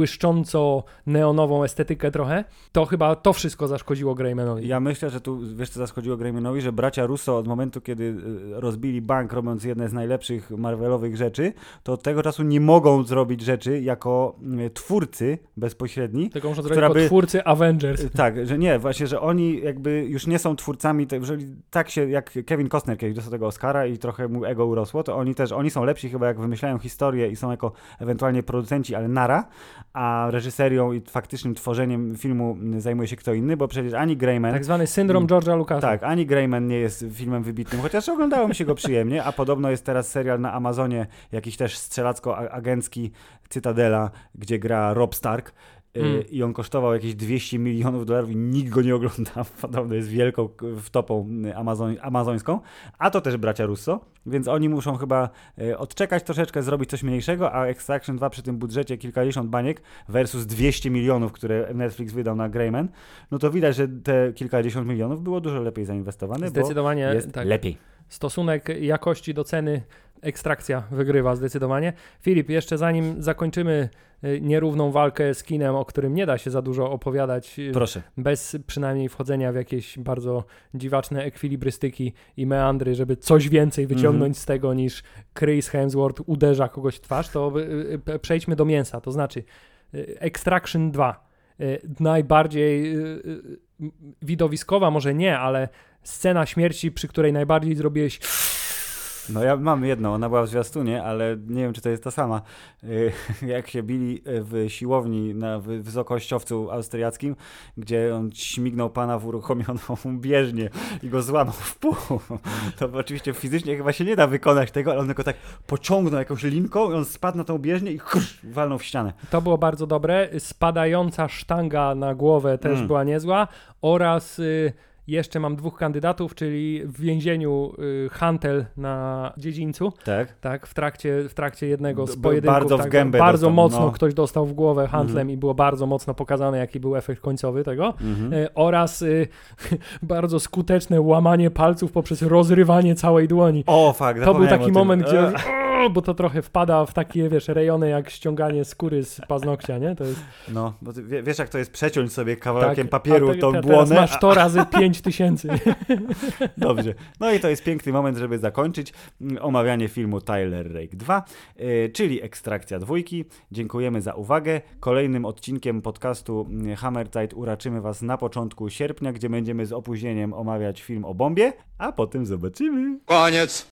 błyszcząco-neonową estetykę trochę, to chyba to wszystko zaszkodziło Greymanowi. Ja myślę, że tu, wiesz co zaszkodziło Greymanowi, że bracia Russo od momentu, kiedy rozbili bank, robiąc jedne z najlepszych Marvelowych rzeczy, to od tego czasu nie mogą zrobić rzeczy jako twórcy bezpośredni. Tylko muszą zrobić jako by, twórcy Avengers. Tak, że nie, właśnie, że oni jakby już nie są twórcami, te, jeżeli tak się, jak Kevin Costner kiedyś dostał tego Oscara i trochę mu ego urosło, to oni też, oni są lepsi chyba jak wymyślają historię i są jako ewentualnie producenci, ale nara, a reżyserią i faktycznym tworzeniem filmu zajmuje się kto inny, bo przecież ani Greyman... Tak zwany syndrom George'a Lucasa. Tak, ani Greyman nie jest filmem wybitnym, chociaż oglądało mi się go przyjemnie, a podobno jest teraz serial na Amazonie, jakiś też strzelacko-agencki Cytadela, gdzie gra Rob Stark. Hmm. I on kosztował jakieś dwieście milionów dolarów i nikt go nie ogląda. Podobno jest wielką wtopą Amazon, amazońską. A to też bracia Russo, więc oni muszą chyba odczekać troszeczkę, zrobić coś mniejszego, a Extraction dwa przy tym budżecie kilkadziesiąt baniek versus dwieście milionów, które Netflix wydał na Greyman, no to widać, że te kilkadziesiąt milionów było dużo lepiej zainwestowane, Zdecydowanie bo jest tak. lepiej. stosunek jakości do ceny, Ekstrakcja wygrywa zdecydowanie. Filip, jeszcze zanim zakończymy nierówną walkę z kinem, o którym nie da się za dużo opowiadać, Proszę. bez przynajmniej wchodzenia w jakieś bardzo dziwaczne ekwilibrystyki i meandry, żeby coś więcej wyciągnąć mm-hmm. z tego niż Chris Hemsworth uderza kogoś w twarz, to przejdźmy do mięsa, to znaczy Extraction dwa. Najbardziej widowiskowa, może nie, ale scena śmierci, przy której najbardziej zrobiłeś... No ja mam jedną, ona była w zwiastunie, ale nie wiem, czy to jest ta sama. Jak się bili w siłowni na wysokościowcu austriackim, gdzie on śmignął pana w uruchomioną bieżnię i go złamał w pół. To oczywiście fizycznie chyba się nie da wykonać tego, ale on tylko tak pociągnął jakąś linką i on spadł na tą bieżnię i krusz, walnął w ścianę. To było bardzo dobre. Spadająca sztanga na głowę też mm. była niezła oraz... Y- Jeszcze mam dwóch kandydatów, czyli w więzieniu y, hantel na dziedzińcu. Tak. Tak, w trakcie, w trakcie jednego z pojedynków. Bardzo w tak, gębę Bardzo dostał, mocno no. ktoś dostał w głowę hantlem mm-hmm. i było bardzo mocno pokazane, jaki był efekt końcowy tego. Mm-hmm. Y, oraz y, bardzo skuteczne łamanie palców poprzez rozrywanie całej dłoni. O, fuck, to był taki moment, gdzie... O, bo to trochę wpada w takie, wiesz, rejony jak ściąganie skóry z paznokcia, nie? To jest... No, bo ty wiesz, jak to jest przeciąć sobie kawałkiem tak, papieru te, tą te, błonę. Teraz masz to razy pięć tysięcy. Dobrze. No i to jest piękny moment, żeby zakończyć omawianie filmu Tyler Rake dwa, yy, czyli Ekstrakcja dwójki. Dziękujemy za uwagę. Kolejnym odcinkiem podcastu Hammerzeit uraczymy was na początku sierpnia, gdzie będziemy z opóźnieniem omawiać film o bombie, a potem zobaczymy. Koniec.